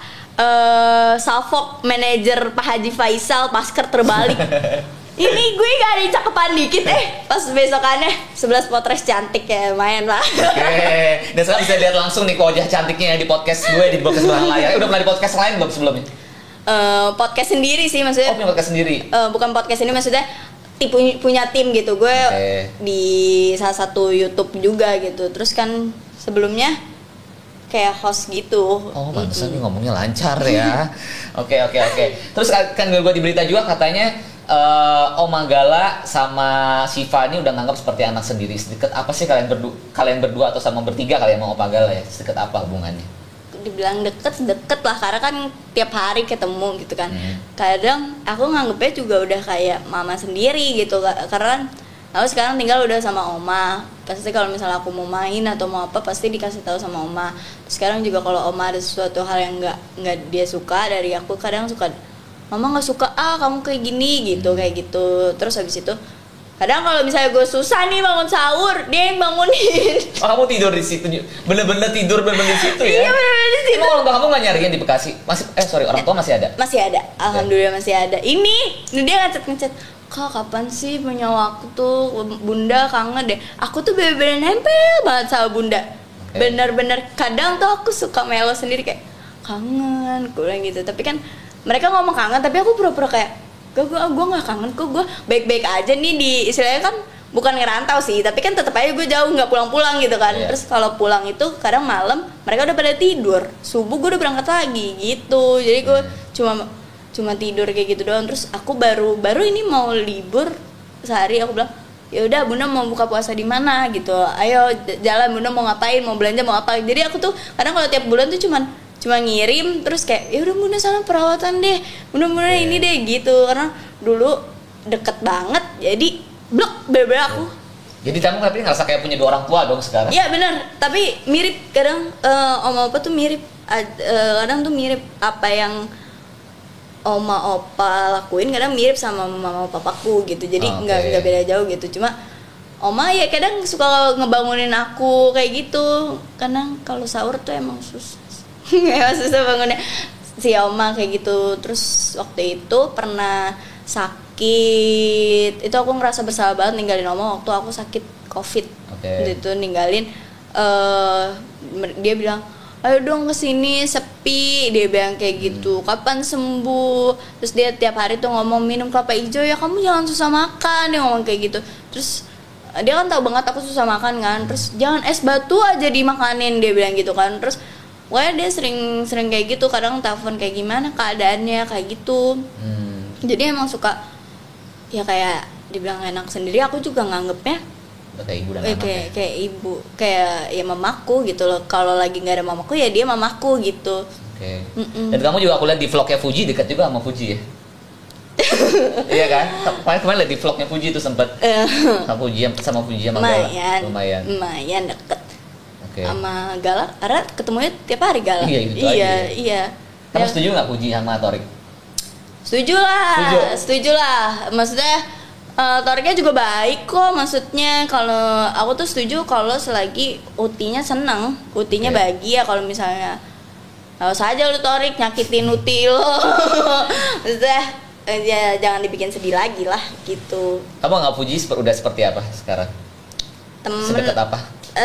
Salfok manajer Pak Haji Faisal masker terbalik. Ini gue gak ada yang cakepan dikit pas besokannya 11 potret cantik ya, lumayan lah. Oke. Dan sekarang bisa lihat langsung nih wajah cantiknya di podcast gue, di podcast belakang layar. Udah pernah di podcast lain belum sebelumnya? Podcast sendiri sih maksudnya. Punya podcast sendiri? Bukan podcast ini, maksudnya punya tim gitu. Gue di salah satu YouTube juga gitu. Terus kan sebelumnya kayak host gitu. Oh, pantesan nih ngomongnya lancar ya. Oke. Terus kan gue di berita juga katanya Oma Gala sama Shiva ini udah nganggap seperti anak sendiri. Sedekat apa sih kalian berdua atau sama bertiga kalian sama Opa Gala ya? Sedekat apa hubungannya? Dibilang deket lah, karena kan tiap hari ketemu gitu kan. Kadang aku nganggepnya juga udah kayak mama sendiri gitu, karena aku sekarang tinggal udah sama Oma. Pasti kalau misalnya aku mau main atau mau apa pasti dikasih tahu sama Oma. Sekarang juga kalau Oma ada sesuatu hal yang nggak dia suka dari aku, kadang suka, Mama nggak suka kamu kayak gini gitu, kayak gitu. Terus habis itu kadang kalau misalnya gue susah nih bangun sahur, dia yang bangunin. Oh, kamu tidur di situ, bener-bener tidur di situ ya? Iya, bener-bener di situ. Emang orang tua kamu nggak nyariin di Bekasi? Orang tua masih ada? Masih ada, alhamdulillah masih ada. Ini dia ngechat, Kak kapan sih punya waktu tuh, Bunda kangen deh. Aku tuh bener-bener nempel banget sama Bunda. Bener-bener kadang tuh aku suka melo sendiri kayak kangen, gue gitu. Tapi kan mereka ngomong kangen, tapi aku pura-pura kayak gue nggak kangen kok, gue baik-baik aja nih. Di istilahnya kan bukan ngerantau sih, tapi kan tetap aja gue jauh, nggak pulang-pulang gitu kan. Terus kalau pulang itu kadang malam mereka udah pada tidur, subuh gue udah berangkat lagi gitu. Jadi gue cuma tidur kayak gitu doang. Terus aku baru ini mau libur sehari, aku bilang ya udah bunda mau buka puasa di mana gitu, ayo jalan bunda mau ngapain, mau belanja mau apa. Jadi aku tuh kadang kalau tiap bulan tuh cuma ngirim terus kayak ya udah bunda sana perawatan deh, bunda ini deh gitu, karena dulu deket banget jadi blok bener aku. Jadi kamu tapi ngerasa kayak punya 2 orang tua dong sekarang? Iya benar, tapi mirip kadang oma opa tuh mirip, kadang tuh mirip apa yang oma opa lakuin kadang mirip sama mama papaku gitu, jadi nggak beda jauh gitu. Cuma oma ya kadang suka ngebangunin aku kayak gitu, kadang kalau sahur tuh emang susah susah bangunnya si oma kayak gitu. Terus waktu itu pernah sakit, itu aku ngerasa bersalah banget ninggalin oma waktu aku sakit covid. Itu ninggalin, dia bilang ayo dong kesini sepi, dia bilang kayak gitu, kapan sembuh. Terus dia tiap hari tuh ngomong minum kelapa hijau ya, kamu jangan susah makan, dia ngomong kayak gitu. Terus dia kan tahu banget aku susah makan kan, terus jangan es batu aja dimakanin, dia bilang gitu kan. Terus pokoknya dia sering kayak gitu, kadang telepon kayak gimana keadaannya kayak gitu. Jadi emang suka ya kayak dibilang enak sendiri, aku juga nganggepnya kayak ibu dan anak kayak ibu, kayak ya mamaku gitu loh. Kalau lagi nggak ada mamaku ya dia mamaku gitu. Dan kamu juga aku lihat di vlognya Fuji dekat juga sama Fuji ya. Iya kan? Kemarin lihat di vlognya Fuji itu sempat sama Fuji sama Gala. Lumayan deket. Sama Gala, karena ketemunya tiap hari Gala. Iya. Kamu setuju nggak Fuji sama Torik? Setuju lah. Maksudnya Toriknya juga baik kok, maksudnya kalau aku tuh setuju kalau selagi Utinya seneng, Utinya bahagia. Kalau misalnya saja lu Torik nyakitin Uti lo maksudnya ya jangan dibikin sedih lagi lah gitu. Kamu nggak Fuji udah seperti apa sekarang? Sedekat apa?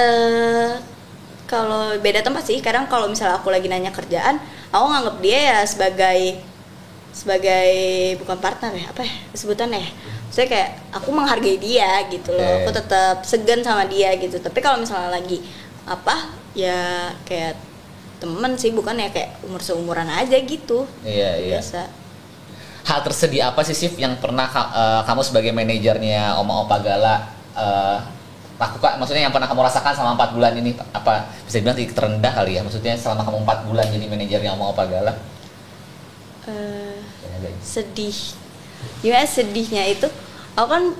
Kalau beda tempat sih, kadang kalau misalnya aku lagi nanya kerjaan, aku nganggap dia ya sebagai bukan partner ya, apa ya sebutannya ya, saya kayak aku menghargai dia gitu loh. Aku tetap segan sama dia gitu. Tapi kalau misalnya lagi apa ya kayak temen sih, bukan ya kayak seumuran aja gitu. Iya. Biasa. Hal tersedih apa sih Sif yang pernah kamu sebagai manajernya Oma Opa Gala lakukan? Maksudnya yang pernah kamu rasakan selama 4 bulan ini, apa bisa dibilang titik terendah kali ya? Maksudnya selama kamu 4 bulan jadi manajernya Oma Opa Gala. Sedih. Gimana sedihnya itu? Aku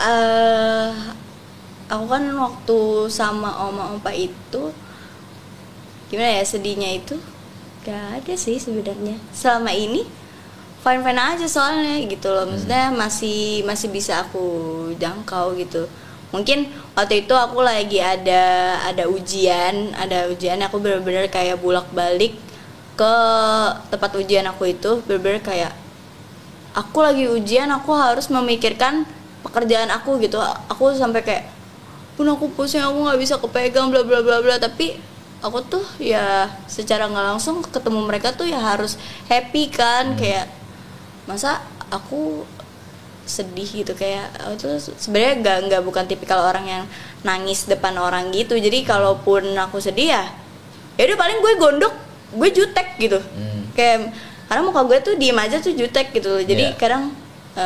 kan waktu sama Oma Opa itu gimana ya, sedihnya itu gak ada sih sebenarnya. Selama ini fine aja soalnya gitu loh. Maksudnya masih bisa aku jangkau gitu. Mungkin waktu itu aku lagi ada ujian aku benar-benar kayak bolak-balik ke tempat ujian aku itu, benar-benar kayak aku lagi ujian, aku harus memikirkan pekerjaan aku gitu. Aku sampai kayak pun aku pusing, aku nggak bisa kepegang bla bla bla bla. Tapi aku tuh ya secara nggak langsung ketemu mereka tuh ya harus happy kan. Kayak masa aku sedih gitu, kayak itu sebenarnya nggak bukan tipikal orang yang nangis depan orang gitu. Jadi kalaupun aku sedih ya udah paling gue gondok, gue jutek gitu. Kayak karena muka gue tuh diem aja tuh jutek gitu. Jadi kadang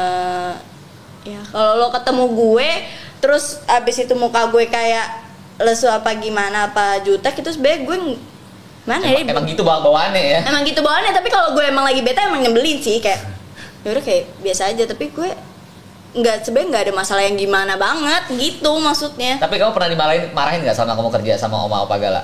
ya kalau lo ketemu gue terus abis itu muka gue kayak lesu apa gimana apa jutek itu sebenarnya gue mana emang gitu bawaannya ya. Emang gitu bawaannya, tapi kalau gue emang lagi bete emang nyebelin sih, kayak yaudah kayak biasa aja. Tapi gue sebenarnya nggak ada masalah yang gimana banget gitu maksudnya. Tapi kamu pernah marahin nggak sama kamu kerja sama Oma Opa Gala?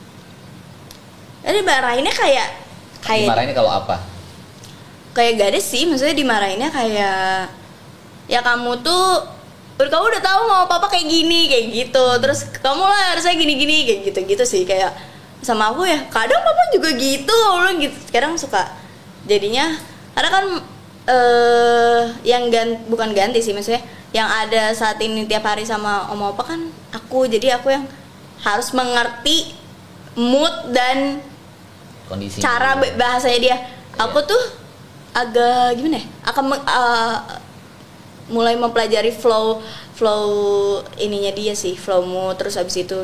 Dimarahinnya kayak dimarahinnya kalau apa? Kayak gak ada sih, maksudnya dimarahinnya kayak ya kamu udah tahu mau papa kayak gini kayak gitu, terus kamu lah harusnya gini kayak gitu sih. Kayak sama aku ya kadang papa juga gitu, gitu. Sekarang suka jadinya karena kan yang bukan ganti sih, maksudnya yang ada saat ini tiap hari sama Om Opa kan aku, jadi aku yang harus mengerti mood dan kondisi, cara bahasanya dia. Aku tuh agak gimana ya, akan mulai mempelajari flow ininya dia sih, flow mood. Terus abis itu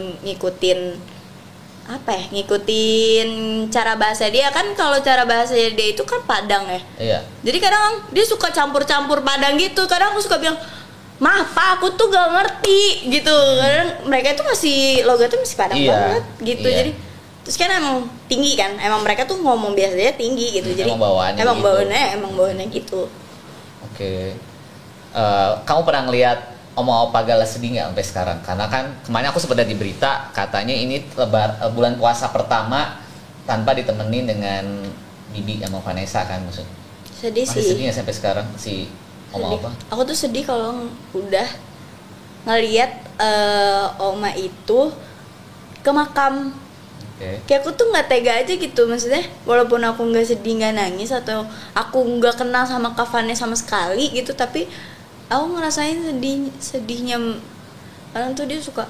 ngikutin cara bahasa dia kan. Kalau cara bahasa dia itu kan Padang ya. Iya. Jadi kadang dia suka campur-campur Padang gitu. Kadang aku suka bilang, Maaf Pak, aku tuh gak ngerti gitu. Karena mereka tuh masih logatnya masih padang banget gitu. Jadi terus kan emang tinggi kan, emang mereka tuh ngomong biasanya tinggi gitu. Jadi emang bawaannya gitu. Oke. Kamu pernah ngeliat Oma Opa Gala sedih nggak sampai sekarang? Karena kan kemarin aku sempat di berita katanya ini bulan puasa pertama tanpa ditemenin dengan Bibi sama Vanessa kan maksudnya. Sedih Masih sih. sedih nggak sampai sekarang si Oma Opa? Aku tuh sedih kalau udah ngeliat Oma itu ke makam. Kayak aku tuh nggak tega aja gitu, maksudnya walaupun aku nggak sedih, nggak nangis, atau aku nggak kenal sama Kak Vanessa sama sekali gitu, tapi aku ngerasain sedihnya. Kadang tuh dia suka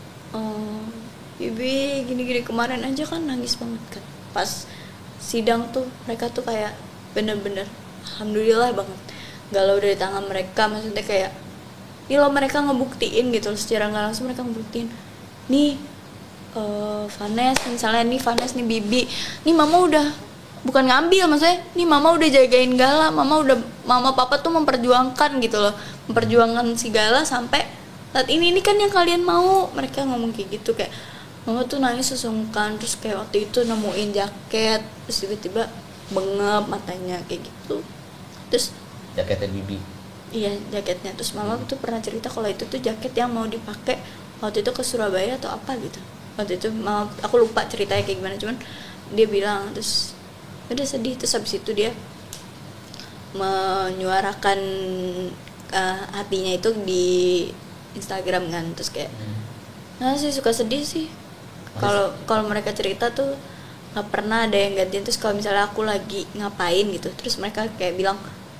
Bibi gini-gini, kemarin aja kan nangis banget kan pas sidang tuh. Mereka tuh kayak bener-bener alhamdulillah banget galau dari tangan mereka, maksudnya kayak ini loh mereka ngebuktiin gitu loh, secara nggak langsung mereka ngebuktiin nih Vanessa, misalnya nih Vanessa nih Bibi, nih mama udah bukan ngambil, maksudnya nih mama udah jagain Gala, mama papa tuh memperjuangkan gitu loh, memperjuangkan si Gala sampai saat ini kan yang kalian mau. Mereka ngomong kayak gitu, kayak mama tuh nangis sesungkan, terus kayak waktu itu nemuin jaket, terus tiba-tiba bengep matanya kayak gitu. Terus Jaketnya Bibi. Iya, jaketnya. Terus mama tuh pernah cerita kalau itu tuh jaket yang mau dipakai waktu itu ke Surabaya atau apa gitu. Waktu itu mama, aku lupa ceritanya kayak gimana, cuman dia bilang. Terus udah sedih. Terus habis itu dia menyuarakan hatinya itu di Instagram kan. Terus kayak nah sih suka sedih sih kalau mereka cerita tuh nggak pernah ada yang gantiin. Terus kalau misalnya aku lagi ngapain gitu, terus mereka kayak bilang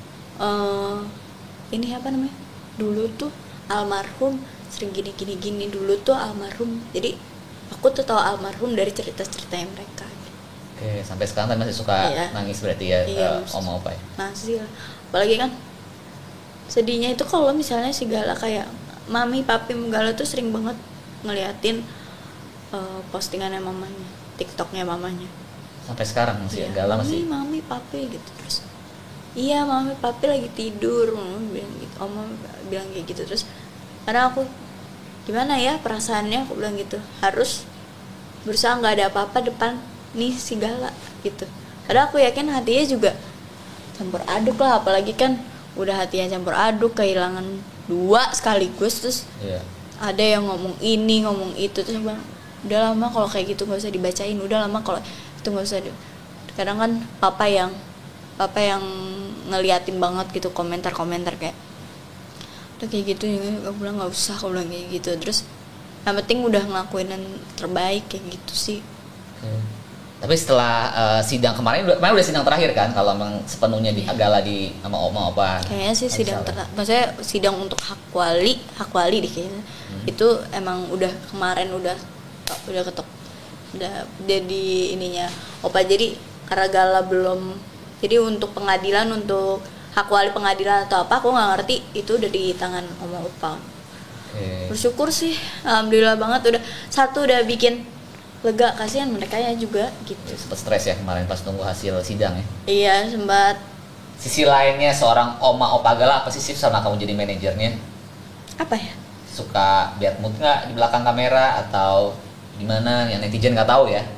ini apa namanya, dulu tuh almarhum sering gini dulu tuh almarhum. Jadi aku tuh tahu almarhum dari cerita-ceritanya mereka. Oke, sampai sekarang masih suka nangis berarti ya, Oma Opa ya? Masih lah. Apalagi kan sedihnya itu kalau misalnya si Gala kayak mami papi Gala tuh sering banget ngeliatin postingannya mamanya, TikToknya mamanya. Sampai sekarang masih Gala masih mami papi gitu. Terus iya mami papi lagi tidur, bilang gitu. Oma bilang kayak gitu. Terus karena aku gimana ya perasaannya, aku bilang gitu, harus berusaha nggak ada apa-apa depan nih si Gala gitu. Karena aku yakin hatinya juga campur aduk lah, apalagi kan udah hatinya campur aduk, kehilangan dua sekaligus. Terus ada yang ngomong ini ngomong itu, terus bang udah lama kalau kayak gitu nggak usah dibacain, udah lama kalau itu nggak usah kadang kan papa yang ngeliatin banget gitu komentar-komentar kayak udah kayak gitu ya, aku bilang nggak usah, aku bilang kayak gitu. Terus yang penting udah ngelakuin yang terbaik kayak gitu sih. Tapi setelah sidang kemarin udah sidang terakhir kan, kalau memang sepenuhnya di Gala di sama Oma Opa kayaknya sih sidang maksudnya sidang untuk hak wali deh kayaknya. Itu emang udah kemarin udah ketok, udah jadi ininya Opa. Jadi karena Gala belum, jadi untuk pengadilan, untuk hak wali pengadilan atau apa aku nggak ngerti, itu udah di tangan Oma Opa. Bersyukur sih, alhamdulillah banget, udah bikin lega, kasihan mereka ya juga gitu. Sempat stres ya kemarin pas tunggu hasil sidang ya? Iya sempat. Sisi lainnya seorang Oma Opa Gala apa sih sama kamu jadi manajernya? Apa ya? Suka bad mood nggak di belakang kamera atau gimana yang netizen nggak tahu ya?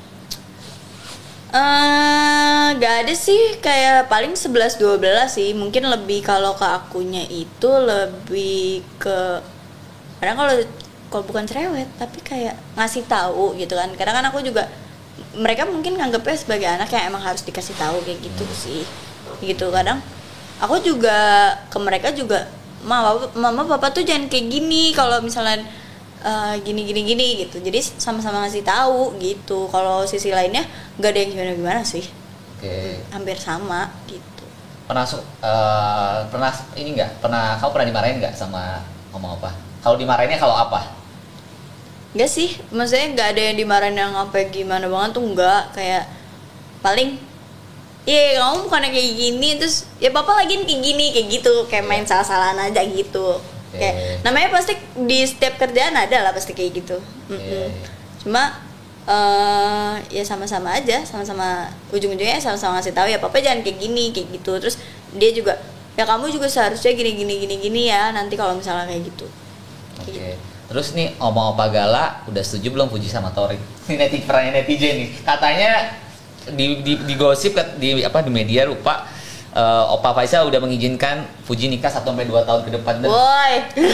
Gak ada sih, kayak paling 11-12 sih. Mungkin lebih kalau ke akunya itu lebih ke kadang kalau bukan cerewet tapi kayak ngasih tahu gitu kan. Kadang kan aku juga, mereka mungkin nganggepnya sebagai anak yang emang harus dikasih tahu kayak gitu sih. Gitu kadang aku juga ke mereka juga, mama papa tuh jangan kayak gini kalau misalnya gini gitu. Jadi sama-sama ngasih tahu gitu. Kalau sisi lainnya nggak ada yang gimana sih. Hampir sama gitu. Pernah ini nggak? Kamu pernah dimarahin nggak sama Oma Opa? Kalau dimarahinnya kalau apa? Enggak sih, maksudnya nggak ada yang dimarahin yang apa gimana banget tuh, enggak. Kayak paling kamu bukannya kayak gini, terus ya papa lagi kayak gini kayak gitu, kayak main salah-salahan aja gitu. Kayak namanya pasti di setiap kerjaan ada lah pasti kayak gitu. Cuma ya sama-sama aja, sama-sama ujung-ujungnya sama-sama ngasih tahu ya papa jangan kayak gini kayak gitu. Terus dia juga ya kamu juga seharusnya gini ya nanti kalau misalnya kayak gitu. Oke. Terus nih Oma Gala udah setuju belum Fuji sama Torik? Ini pertanyaan netizen nih. Katanya di gosip di media lupa Opa Faisal udah mengizinkan Fuji nikah 1-2 tahun ke depan. Woi.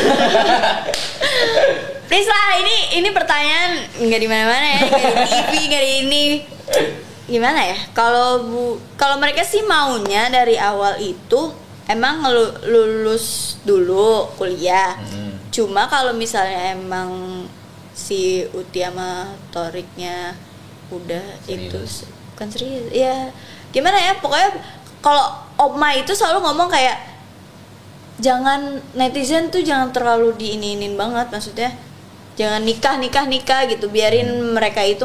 Please lah, ini pertanyaan nggak di mana-mana ya, nggak di TV, nggak di ini. Gimana ya? Kalau mereka sih maunya dari awal itu emang lulus dulu kuliah. Cuma kalau misalnya emang si Uti sama Toriknya udah serius. Itu bukan serius. Ya gimana ya? Pokoknya kalau Oma itu selalu ngomong kayak jangan, netizen tuh jangan terlalu diinin banget, maksudnya jangan nikah gitu, biarin mereka itu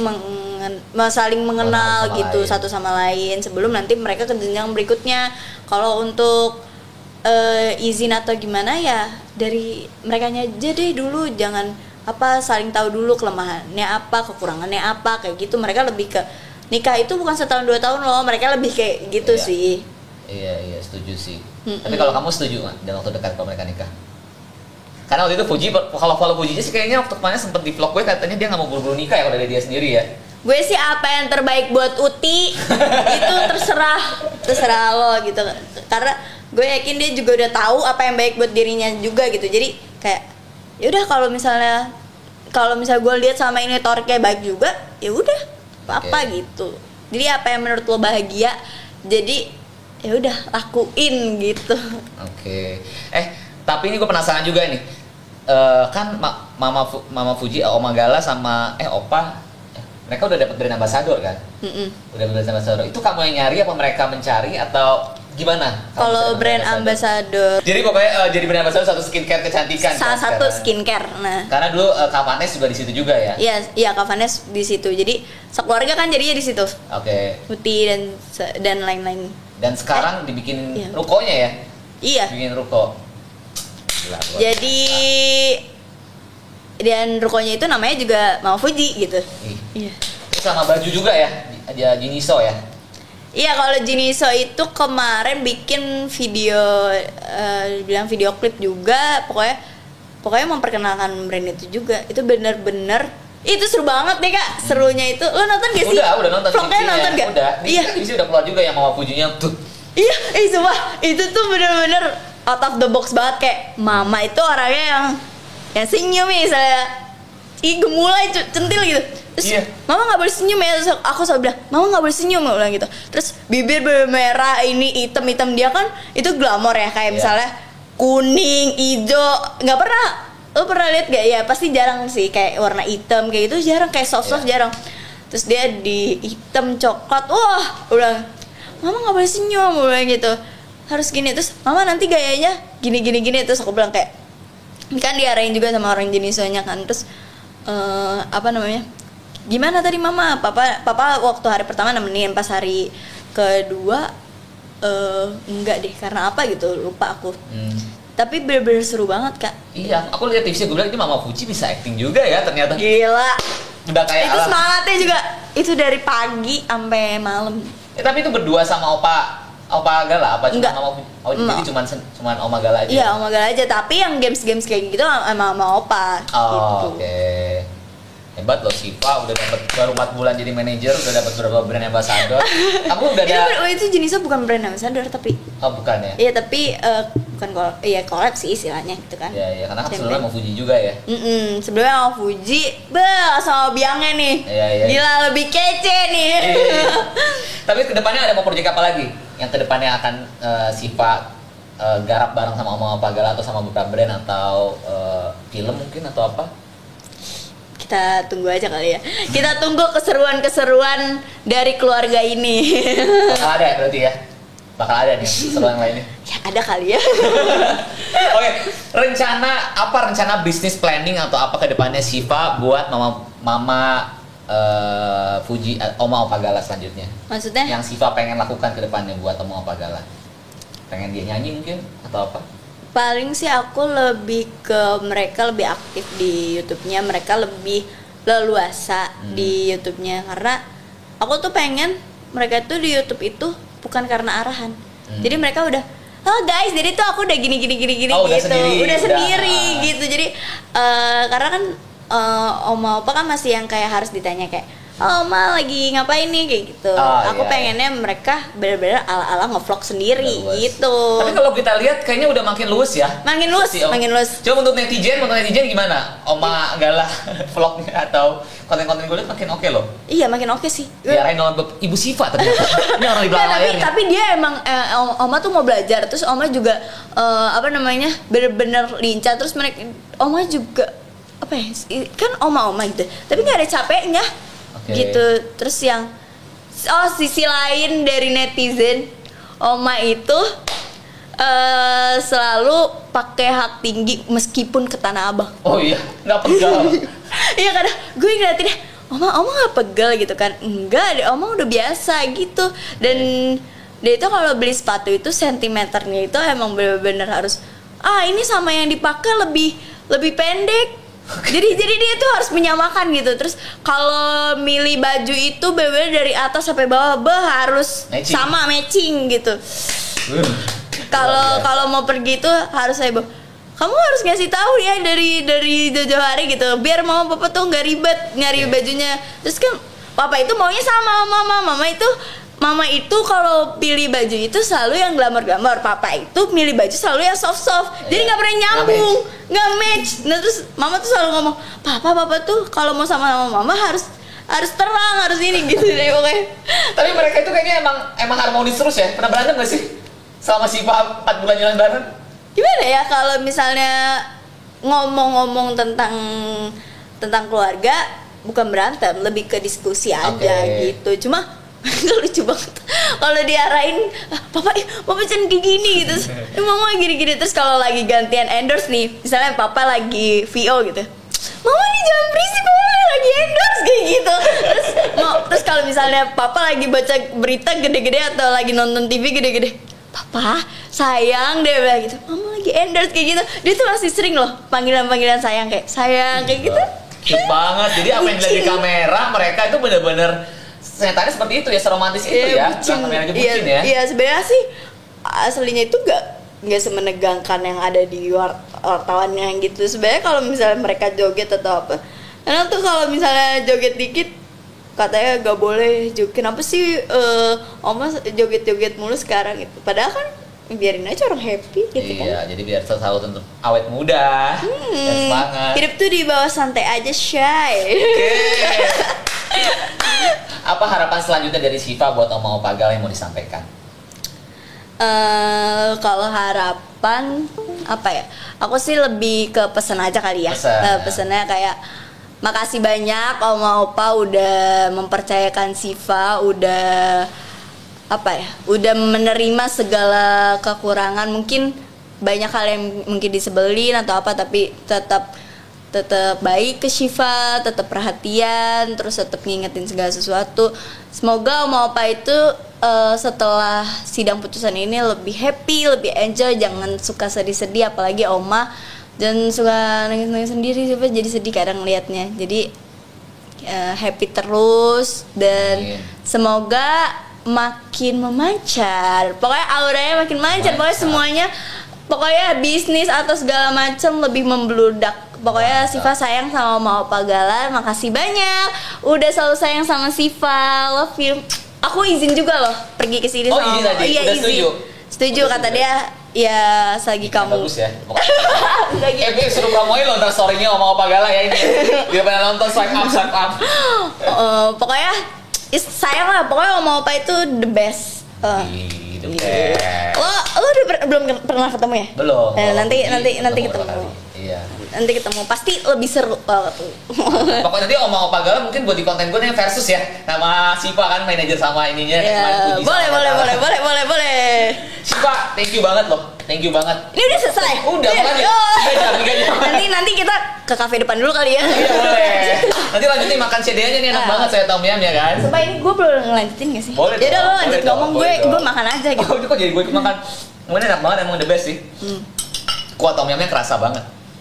saling mengenal gitu lain. Satu sama lain sebelum nanti mereka ke jenjang berikutnya. Kalau untuk izin atau gimana ya dari merekanya aja deh dulu, jangan saling tahu dulu kelemahannya apa, kekurangannya apa, kayak gitu. Mereka lebih ke nikah itu bukan 1-2 tahun loh, mereka lebih kayak gitu sih. Iya setuju sih. Tapi kalau kamu setuju nggak dalam waktu dekat kalau mereka nikah? Karena waktu itu Fuji, kalau follow Fujinya sih kayaknya waktu kemarin sempet di vlog gue katanya dia nggak mau buru-buru nikah ya kalau dari dia sendiri ya. Gue sih apa yang terbaik buat Uti itu terserah lo gitu. Karena gue yakin dia juga udah tahu apa yang baik buat dirinya juga gitu. Jadi kayak yaudah kalau misalnya gue lihat sama ini Toriknya baik juga, ya udah apa gitu. Jadi apa yang menurut lo bahagia, jadi ya udah lakuin gitu. Oke. Tapi ini gue penasaran juga nih. Kan Mama Fuji, Oma Gala sama Opa, mereka udah dapat brand ambassador kan? Udah brand ambassador. Itu kamu yang nyari apa mereka mencari atau gimana? Kalau brand ambassador. Jadi pokoknya jadi brand ambassador satu skincare kecantikan. Salah satu skincare. Nah. Karena dulu Kak Vanes juga di situ juga ya? Iya Kak Vanes di situ. Jadi sekeluarga kan jadinya di situ. Oke. Uti dan lain-lain. Dan sekarang dibikin rukonya ya? Iya. Bikin ruko. Jadi dan rukonya itu namanya juga Mama Fuji gitu. Iya. Terus sama baju juga ya? Jiniso ya? Iya, kalau Jiniso itu kemarin bikin video bilang video klip juga, pokoknya memperkenalkan brand itu juga. Itu bener-bener itu seru banget deh Kak. Serunya itu lo nonton gak sih? Udah nonton. Vlognya nonton gak? Udah. Iya. Di sini udah keluar juga yang Mama Fujinya tuh. Iya, sumpah itu tuh bener-bener out of the box banget. Kayak Mama itu orangnya yang senyum ya, misalnya gemulai centil gitu. Terus Mama nggak boleh senyum ya. Terus aku selalu bilang Mama nggak boleh senyum, aku bilang gitu. Terus bibir merah, ini hitam dia kan itu glamor ya, kayak misalnya kuning, hijau, nggak pernah. Lo pernah lihat gak ya? Pasti jarang sih kayak warna hitam kayak gitu, jarang, kayak soft jarang. Terus dia di hitam coklat, wah, aku bilang Mama nggak boleh senyum, aku bilang gitu, harus gini. Terus Mama nanti gayanya gini. Terus aku bilang kayak kan diarahin juga sama orang Jinisonya kan. Terus gimana tadi Mama? Papa waktu hari pertama nemenin, pas hari kedua enggak deh, karena apa gitu lupa aku. Tapi bener-bener seru banget Kak. Iya, aku lihat tipsnya, gue bilang ini Mama Fuji bisa acting juga ya ternyata. Gila. Udah kayak itu semangatnya juga. Itu dari pagi sampai malam. Tapi itu berdua sama Opa Gala apa cuma Mama Fuji? Jadi cuman Oma Gala aja. Iya, Oma Gala aja, tapi yang games kayak gitu sama Opa gitu. Oke. Hebat loh, Siva udah dapat baru 4 bulan jadi manajer, udah dapat berapa brand ambassador. Kamu udah ada itu jenisnya bukan brand ambassador tapi. Oh, bukan ya? Iya, tapi bukan collab sih istilahnya gitu kan. Iya, karena kan sebelumnya mau Fuji juga ya. Sebelumnya mau Fuji, sama biangnya nih. Iya. Gila, lebih kece nih. Iya. Tapi kedepannya ada mau proyek apa lagi? Yang kedepannya akan Siva garap bareng sama Opa Gala atau sama beberapa brand atau film mungkin atau apa? Kita tunggu aja kali ya. Kita tunggu keseruan dari keluarga ini. Bakal ada berarti ya? Bakal ada nih keseruan lainnya? Ya ada kali ya. Oke, rencana bisnis planning atau apa ke depannya Siva buat Mama Fuji, Opa Gala selanjutnya? Maksudnya? Yang Siva pengen lakukan ke depannya buat Opa Gala? Pengen dia nyanyi mungkin atau apa? Paling sih aku lebih ke mereka lebih aktif di YouTube-nya, mereka lebih leluasa di YouTube-nya, karena aku tuh pengen mereka tuh di YouTube itu bukan karena arahan. Jadi mereka udah oh guys, jadi tuh aku udah gini Oh, udah gitu, sendiri, udah udah. sendiri gitu. Jadi karena kan oma opa kan masih yang kayak harus ditanya kayak, oh oma lagi ngapain nih kayak gitu. Aku Iya, pengennya mereka benar-benar ala-ala ngevlog sendiri Luas. gitu. Tapi kalau kita lihat kayaknya udah makin luas ya. Makin luas, Si Om. makin luas. Coba untuk netizen gimana? Oma Gala vlognya atau konten-konten gue liat makin oke loh. Iya makin oke sih. Diarahin oleh Ibu Siva ternyata. Ini orang di Nggak, belakang layarnya. tapi dia emang oma tuh mau belajar, terus oma juga apa namanya bener-bener lincah, terus mereka oma juga apa ya kan oma gitu, tapi nggak ada capeknya. Oke. Gitu. Terus yang sisi lain dari netizen, oma itu selalu pakai hak tinggi meskipun ke Tanah Abang. Oh iya, nggak pegal. Iya kadang gue ngeliatin deh, oma nggak pegel gitu kan? Enggak, deh, oma udah biasa gitu. Dan dia itu kalau beli sepatu itu sentimeternya itu emang bener-bener harus ini sama yang dipakai lebih pendek. Jadi dia tuh harus menyamakan gitu. Terus kalau milih baju itu bener-bener dari atas sampai bawah harus Matching. sama matching gitu. Kalau mau pergi tuh harus saya bawa. Kamu harus ngasih tahu ya dari jauh-jauh hari gitu, biar mama papa tuh nggak ribet nyari bajunya. Terus kan papa itu maunya sama mama itu kalau pilih baju itu selalu yang glamor-glamor, papa itu milih baju selalu yang soft-soft. Jadi nggak pernah nyambung, nggak match. Nah terus mama tuh selalu ngomong, papa tuh kalau mau sama mama harus terang, harus ini gitu deh pokoknya. Tapi mereka itu kayaknya emang harmonis terus ya. Pernah berantem gak sih? Selama Siva 4 bulan jalan bareng? Gimana ya kalau misalnya ngomong-ngomong tentang keluarga, bukan berantem, lebih ke diskusi aja gitu. Cuma lucu banget kalau diarahin, papa jangan kayak gini gitu, mama gini terus kalau lagi gantian endorse nih, misalnya papa lagi VO gitu, mama nih jangan berisik, mama nih lagi endorse kayak gitu. Terus kalau misalnya papa lagi baca berita gede-gede atau lagi nonton TV gede-gede, papa sayang deh bilang gitu, mama lagi endorse kayak gitu. Dia tuh masih sering loh panggilan sayang kayak gitu. Cute banget. Jadi apa yang dilihat di kamera mereka itu bener-bener senyatanya seperti itu ya, seromantis itu ya. Kamera aja bucin ya. Iya sebenarnya sih aslinya itu nggak semenegangkan yang ada di wartawannya gitu. Sebenarnya kalau misalnya mereka joget atau apa, karena tuh kalau misalnya joget dikit katanya gak boleh joget. Kenapa sih oma joget mulu sekarang gitu? Padahal kan biarin aja orang happy gitu kan. Iya, jadi biar selalu tetap awet muda dan semangat. Hidup tuh di bawah santai aja, shy. Oke. Apa harapan selanjutnya dari Siva buat Oma Opa Gal yang mau disampaikan? Kalau harapan apa ya? Aku sih lebih ke pesan aja kali ya. Pesannya kayak makasih banyak Oma Opa udah mempercayakan Siva, udah udah menerima segala kekurangan. Mungkin banyak hal yang mungkin disebelin atau apa, tapi tetap baik ke Siva, tetap perhatian, terus tetap ngingetin segala sesuatu. Semoga Oma Opa itu setelah sidang putusan ini lebih happy, lebih enjoy, jangan suka sedih-sedih, apalagi Oma dan suka nangis-nangis sendiri, jadi sedih kadang liatnya. Jadi happy terus dan semoga makin memancar. Pokoknya auranya makin mancar. Pokoknya semuanya, pokoknya bisnis atau segala macam lebih membludak. Pokoknya Siva sayang sama Oma Opa Gala. Makasih banyak udah selalu sayang sama Siva. Love you. Aku izin juga loh pergi ke sini sama izin tadi. Iya, udah izin. Setuju kata dia. Ya, selagi kamu bagus ya. Pokoknya suruh promoin lo ntar story-nya Oma Opa Gala ya ini. Dia pernah nonton swipe up. Pokoknya sayang lah. Pokoknya Oma Opa itu the best. The best. Lo udah belum pernah ketemu ya? Belum. Nanti ketemu. Iya. Nanti ketemu pasti lebih seru banget. Pokoknya nanti Oma Opa Gala mungkin buat di konten gue nih versus ya, nama Siva kan manajer sama ininya. Yeah. Boleh. Siva, thank you banget loh. Thank you banget. Ini udah selesai. Udah makanya. Nanti kita ke kafe depan dulu kali ya. Iya boleh. Nanti lanjutin makan CD-nya nih, enak banget saya tom yum ya kan. Sumpah ini gue belum ngelanjutin gak sih? Boleh. Yaudah lo lanjut ngomong, gue makan aja gitu. Oh, kok jadi gue makan. Ini enak banget, emang the best sih. Kuah tom yumnya kerasa banget.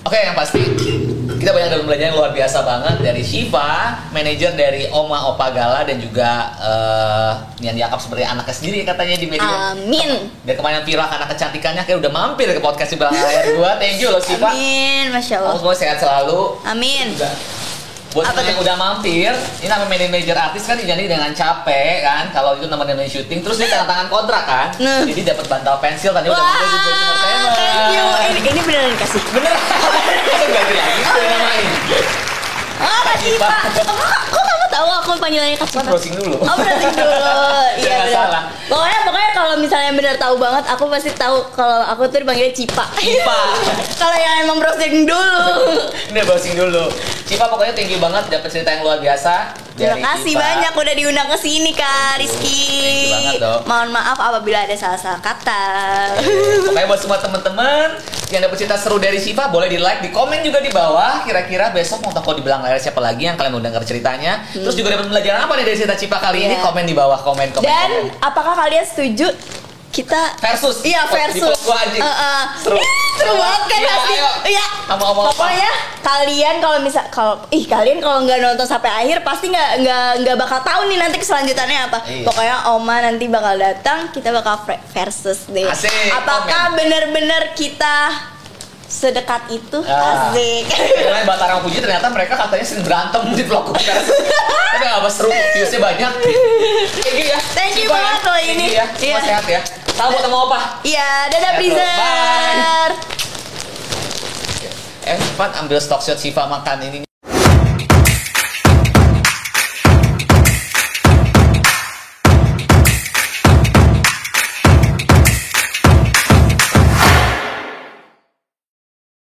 Oke, yang pasti kita banyak dapat belajar yang luar biasa banget dari Shiva, manajer dari Oma Opa Gala, dan juga Nian Yakab seperti anaknya sendiri katanya di media. Amin. Dan kemarin viral karena kecantikannya kayak udah mampir ke podcast di belakang layar gua. Thank you loh Shiva. Amin, masya Allah. Kamu semua sehat selalu. Amin. Juga buat Apa teman yang tuh? udah mampir, ini namanya manajer artis kan jadi dengan capek kan, kalau itu namanya syuting, terus dia tanda tangan kontrak kan, jadi dapat bantal pensil tadi udah Wah, ada juga thank you. Ini beneran dikasih. bener, itu ganti lagi, itu yang namain. Oh, Kak Cipa. Kok kamu tahu aku panggilannya Kak Aku Cipa? browsing dulu. Oh, browsing dulu. Iya, Nggak benar. salah. Pokoknya kalau misalnya benar tahu banget, aku pasti tahu kalau aku tuh dipanggilnya Cipa. Cipa. Kalau yang emang browsing dulu. Ini browsing dulu. Cipa pokoknya thank you banget dapat cerita yang luar biasa. Terima dari kasih Cipa. banyak udah diundang ke sini Kak Rizky. Thank you banget, dong. Mohon maaf apabila ada salah-salah kata. Pokoknya buat semua teman-teman yang dapat cerita seru dari Shiva, boleh di like, di komen juga di bawah. Kira-kira besok mau toko di belakang layar siapa lagi yang kalian mau dengar ceritanya. Terus juga dapat pelajaran apa nih dari cerita Shiva kali ini? Iya. Komen di bawah, komen. Dan apakah kalian setuju kita versus? Iya, Di versus. vlog gua anjing. Seru. Seru banget kan Iya, pasti. ayo. Iya. Sama apa? Pokoknya kalian kalian kalau nggak nonton sampai akhir pasti nggak bakal tahu nih nanti keselanjutannya apa. Iya. Pokoknya Oma nanti bakal datang, kita bakal versus deh. Asik, Apakah benar-benar kita sedekat itu? Asik. Karena Batara Puji ternyata mereka katanya sering berantem di vlog gue. Tapi nggak apa seru, viewsnya banyak. Thank you ya. Thank you Shiva, banget loh ini. Thank you ya. Semua Iya. sehat ya. Salam buat sama Opa. Iya, dadah Bye. Breezer. Pat ambil stock shot Shiva makan ini.